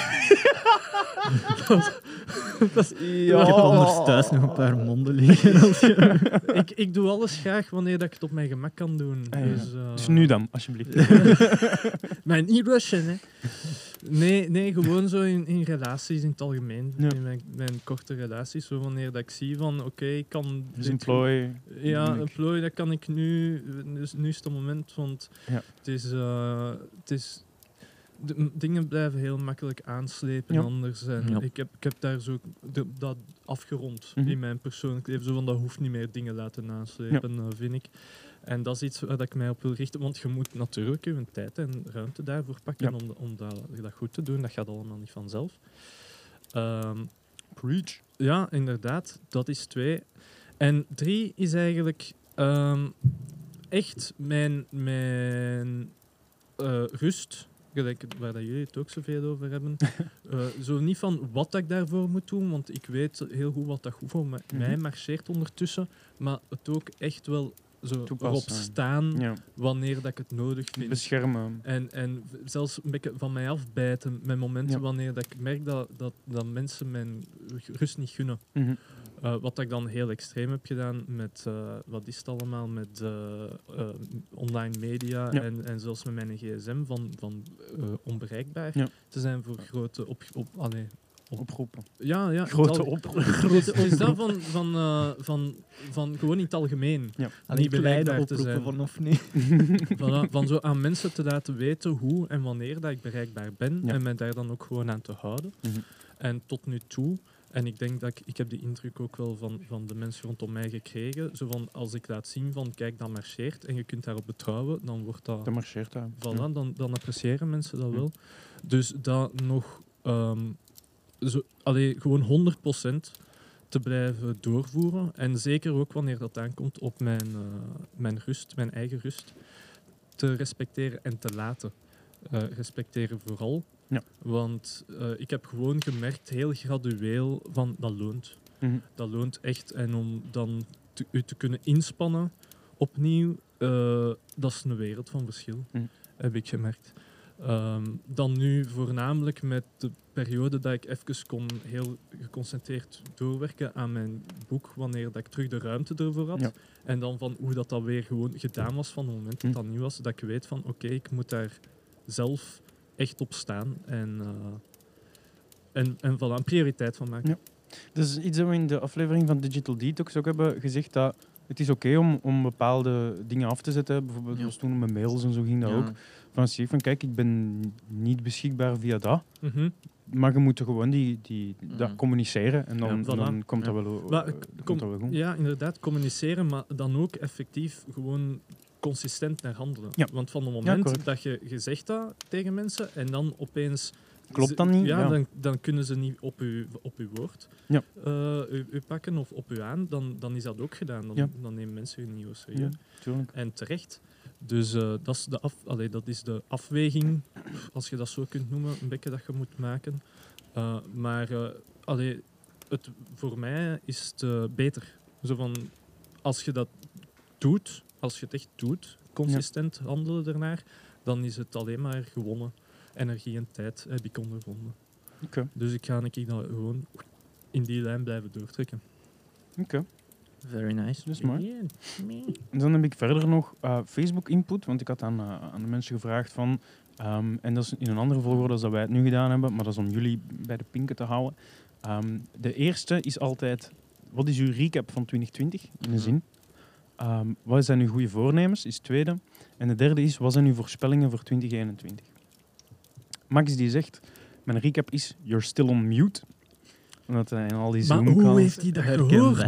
Je hebt anders thuis nog een paar monden liggen. Als je... ik doe alles graag wanneer dat ik het op mijn gemak kan doen. Ah, ja. Dus, Dus nu dan, alsjeblieft. Maar niet rushen, hè. Nee, gewoon zo in relaties in het algemeen. Ja. In mijn korte relaties. Zo wanneer dat ik zie van, oké, ik kan... Dus een dit- plooi. Ja, moeilijk. een plooi, dat kan ik nu. Dus nu is het moment, want Ja. het is dingen blijven heel makkelijk aanslepen Ja. anders. En Ja. ik heb daar zo dat afgerond Mhm. in mijn persoonlijk leven. Zo van, dat hoeft niet meer dingen laten aanslepen, vind ik. En dat is iets waar dat ik mij op wil richten. Want je moet natuurlijk je tijd en ruimte daarvoor pakken Ja. om dat goed te doen. Dat gaat allemaal niet vanzelf. Preach. Ja, inderdaad. Dat is 2. En 3 is eigenlijk echt mijn rust. Gelijk waar dat jullie het ook zoveel over hebben. Zo niet van wat dat ik daarvoor moet doen, want ik weet heel goed wat dat goed voor mij marcheert ondertussen. Maar het ook echt wel zo Toepassen. erop staan Ja. wanneer dat ik het nodig vind. Beschermen. En zelfs een beetje van mij afbijten met momenten Ja. wanneer dat ik merk dat mensen mijn rust niet gunnen. Mhm. Wat ik dan heel extreem heb gedaan met, wat is het allemaal, met online media Ja. en zelfs met mijn gsm van onbereikbaar Ja. te zijn voor grote Oproepen. ja, Grote oproepen. Het is dat van gewoon in het algemeen. Ja. Alleen Niet kleine bereikbaar te oproepen zijn. van of niet. Van zo aan mensen te laten weten hoe en wanneer dat ik bereikbaar ben Ja. en mij daar dan ook gewoon aan te houden. Mhm. En tot nu toe, en ik denk dat ik heb die indruk ook wel van de mensen rondom mij gekregen, zo van als ik laat zien van kijk, dat marcheert en je kunt daarop betrouwen, dan wordt dat... Dat marcheert daar. Voilà, dan appreciëren mensen dat Ja. wel. Dus dat nog gewoon 100% te blijven doorvoeren. En zeker ook wanneer dat aankomt op mijn rust, mijn eigen rust, te respecteren en te laten. Respecteren vooral. Ja. Want ik heb gewoon gemerkt, heel gradueel, van dat loont. Mhm. Dat loont echt. En om dan u te kunnen inspannen opnieuw, dat is een wereld van verschil, Mhm. heb ik gemerkt. Dan nu voornamelijk met de periode dat ik even kon heel geconcentreerd doorwerken aan mijn boek, wanneer dat ik terug de ruimte ervoor had. Ja. En dan van hoe dat weer gewoon gedaan was van het moment dat dat nieuw was, dat ik weet van oké, ik moet daar zelf echt op staan en voilà, een prioriteit van maken. Ja. Dat is iets dat we in de aflevering van Digital Detox ook hebben gezegd, dat het is oké om bepaalde dingen af te zetten. Bijvoorbeeld Ja. was toen met mails en zo ging dat ook. Van zeg van kijk, ik ben niet beschikbaar via dat. Mhm. Maar je moet er gewoon dat Mhm. communiceren en dan, Ja, voilà. dan komt dat Ja. wel, Maar, komt dat wel goed. Ja, inderdaad, communiceren, maar dan ook effectief gewoon consistent naar handelen. Ja. Want van het moment correct. dat je zegt dat tegen mensen en dan opeens... Klopt dat niet? Ja, Ja. Dan kunnen ze niet op uw woord Ja. u pakken of op u aan. Dan is dat ook gedaan. Dan, Ja. dan nemen mensen je niet Ja, serieus. tuurlijk. En terecht. Dus dat is de afweging, als je dat zo kunt noemen, een beetje dat je moet maken. Maar voor mij is het beter Zo van, als je dat doet, als je het echt doet, consistent handelen ernaar, dan is het alleen maar gewonnen. Energie en tijd heb ik ondervonden. Oké. Dus ik ga dat gewoon in die lijn blijven doortrekken. Oké. Very nice. Dat is mooi. En dan heb ik verder nog Facebook-input, want ik had aan de mensen gevraagd van, en dat is in een andere volgorde als dat wij het nu gedaan hebben, maar dat is om jullie bij de pinken te houden. De eerste is altijd, wat is uw recap van 2020, in een zin? Wat zijn uw goede voornemens, is het tweede. En de derde is, wat zijn uw voorspellingen voor 2021? Max die zegt, mijn recap is, you're still on mute. Omdat hij in al die Maar Zoom-calls... hoe heeft hij dat gehoord?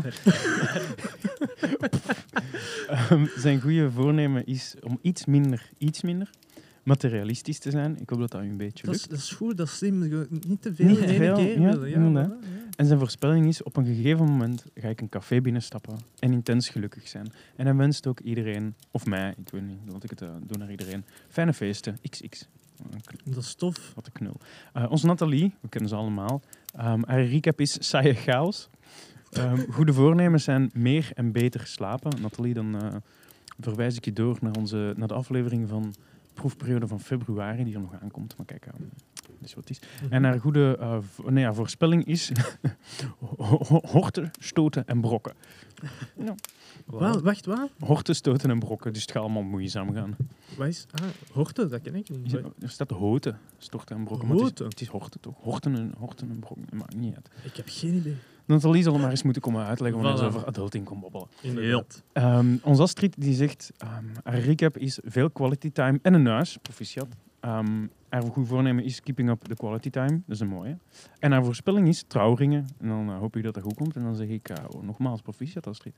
Zijn goede voornemen is om iets minder materialistisch te zijn. Ik hoop dat dat u een beetje lukt. Dat is goed, dat is slim. Niet te veel Niet in te één veel, keer ja, willen. Ja, inderdaad. voilà, ja. En zijn voorspelling is, op een gegeven moment ga ik een café binnenstappen en intens gelukkig zijn. En hij wenst ook iedereen, of mij, ik weet niet, laat ik het doen naar iedereen, fijne feesten, XX. Dat is tof. Wat een knul. Onze Nathalie, we kennen ze allemaal. Haar recap is saaie chaos. Goede voornemens zijn meer en beter slapen. Nathalie, dan verwijs ik je door naar de aflevering van proefperiode van februari, die er nog aankomt. Maar kijk, dat is wat het is. En haar goede voorspelling is horten, stoten en brokken. Ja. Wacht, wat? Horten, stoten en brokken, dus het gaat allemaal moeizaam gaan. Wat is... Horten, dat ken ik niet. Er staat hoten, storten en brokken. Maar Hoten? het is horten toch? Horten en brokken, dat maakt niet uit. Ik heb geen idee. Nathalie zal maar eens moeten komen uitleggen wanneer ze Voilà. over adulting komt babbelen. Inderdaad. Ons Astrid die zegt, haar recap is veel quality time en een huis, proficiat. Haar goede voornemen is keeping up the quality time, dat is een mooie. En haar voorspelling is trouwringen. En dan hoop ik dat dat goed komt. En dan zeg ik nogmaals proficiat, Astrid.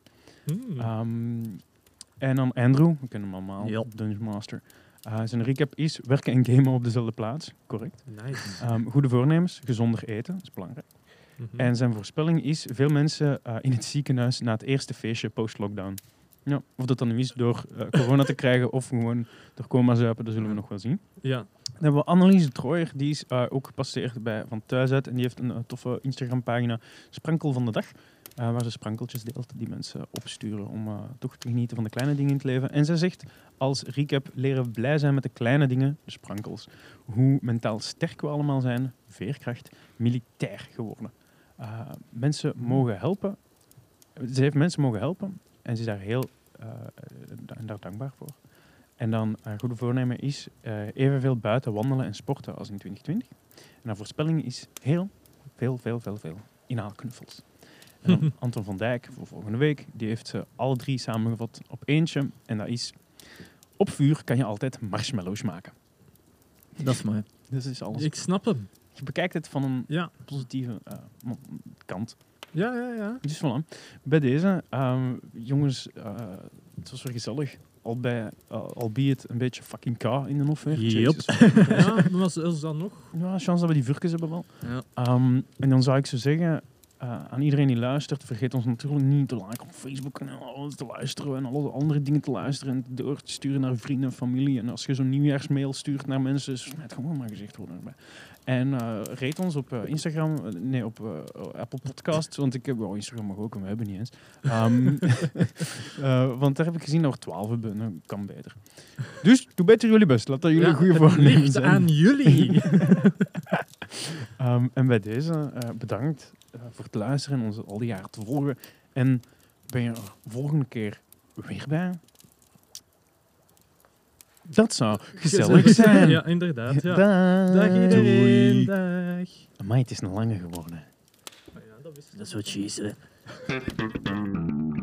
En dan Andrew, we kennen hem allemaal, Ja. Dungeon Master. Zijn recap is werken en gamen op dezelfde plaats, correct. Nice. Goede voornemens, gezonder eten, dat is belangrijk. Mhm. En zijn voorspelling is veel mensen in het ziekenhuis na het eerste feestje post-lockdown. Ja, of dat dan nu is door corona te krijgen of gewoon door coma zuipen, dat zullen we nog wel zien. Ja. Dan hebben we Annelies Trooijer, die is ook gepasseerd bij Van Thuis Uit en die heeft een toffe Instagram-pagina, Sprankel van de Dag, waar ze sprankeltjes deelt die mensen opsturen om toch te genieten van de kleine dingen in het leven. En zij zegt als recap leren blij zijn met de kleine dingen, de sprankels. Hoe mentaal sterk we allemaal zijn, veerkracht, militair geworden. Mensen mogen helpen. Ze heeft mensen mogen helpen en ze is daar heel daar dankbaar voor. En dan haar goede voornemen is evenveel buiten wandelen en sporten als in 2020. En haar voorspelling is heel veel inhaalknuffels. En dan Anton van Dijk voor volgende week, die heeft ze alle drie samengevat op eentje. En dat is, op vuur kan je altijd marshmallows maken. Dat is mooi. Dus is alles. Ik snap hem. Je bekijkt het van een Ja. positieve kant. Ja. Dus voilà. Bij deze, jongens, het was weer gezellig. Albeit een beetje fucking K in de hof weer. Yep. Jezus. Ja, maar zelfs dan nog. Ja, chance dat we die vurkjes hebben wel. Ja. En dan zou ik zo zeggen, aan iedereen die luistert, vergeet ons natuurlijk niet te liken op Facebook en alles te luisteren en alle andere dingen te luisteren en door te sturen naar vrienden en familie. En als je zo'n nieuwjaarsmail stuurt naar mensen, smijt gewoon maar gezicht worden erbij. En rate ons op Instagram, op Apple Podcasts, want ik heb Instagram mag ook en we hebben niet eens. Want daar heb ik gezien dat we 12 hebben, dat kan beter. Dus doe beter jullie best, laat dat jullie een goede het voornemen ligt zijn. aan jullie. En bij deze bedankt voor het luisteren en ons al die jaren te volgen. En ben je er volgende keer weer bij? Dat zou gezellig zijn. Ja, inderdaad. Ja. Dag. Dag iedereen. Doei. Dag. Amai, het is een lange geworden. Oh ja, dat wist ik. Dat is wat she said.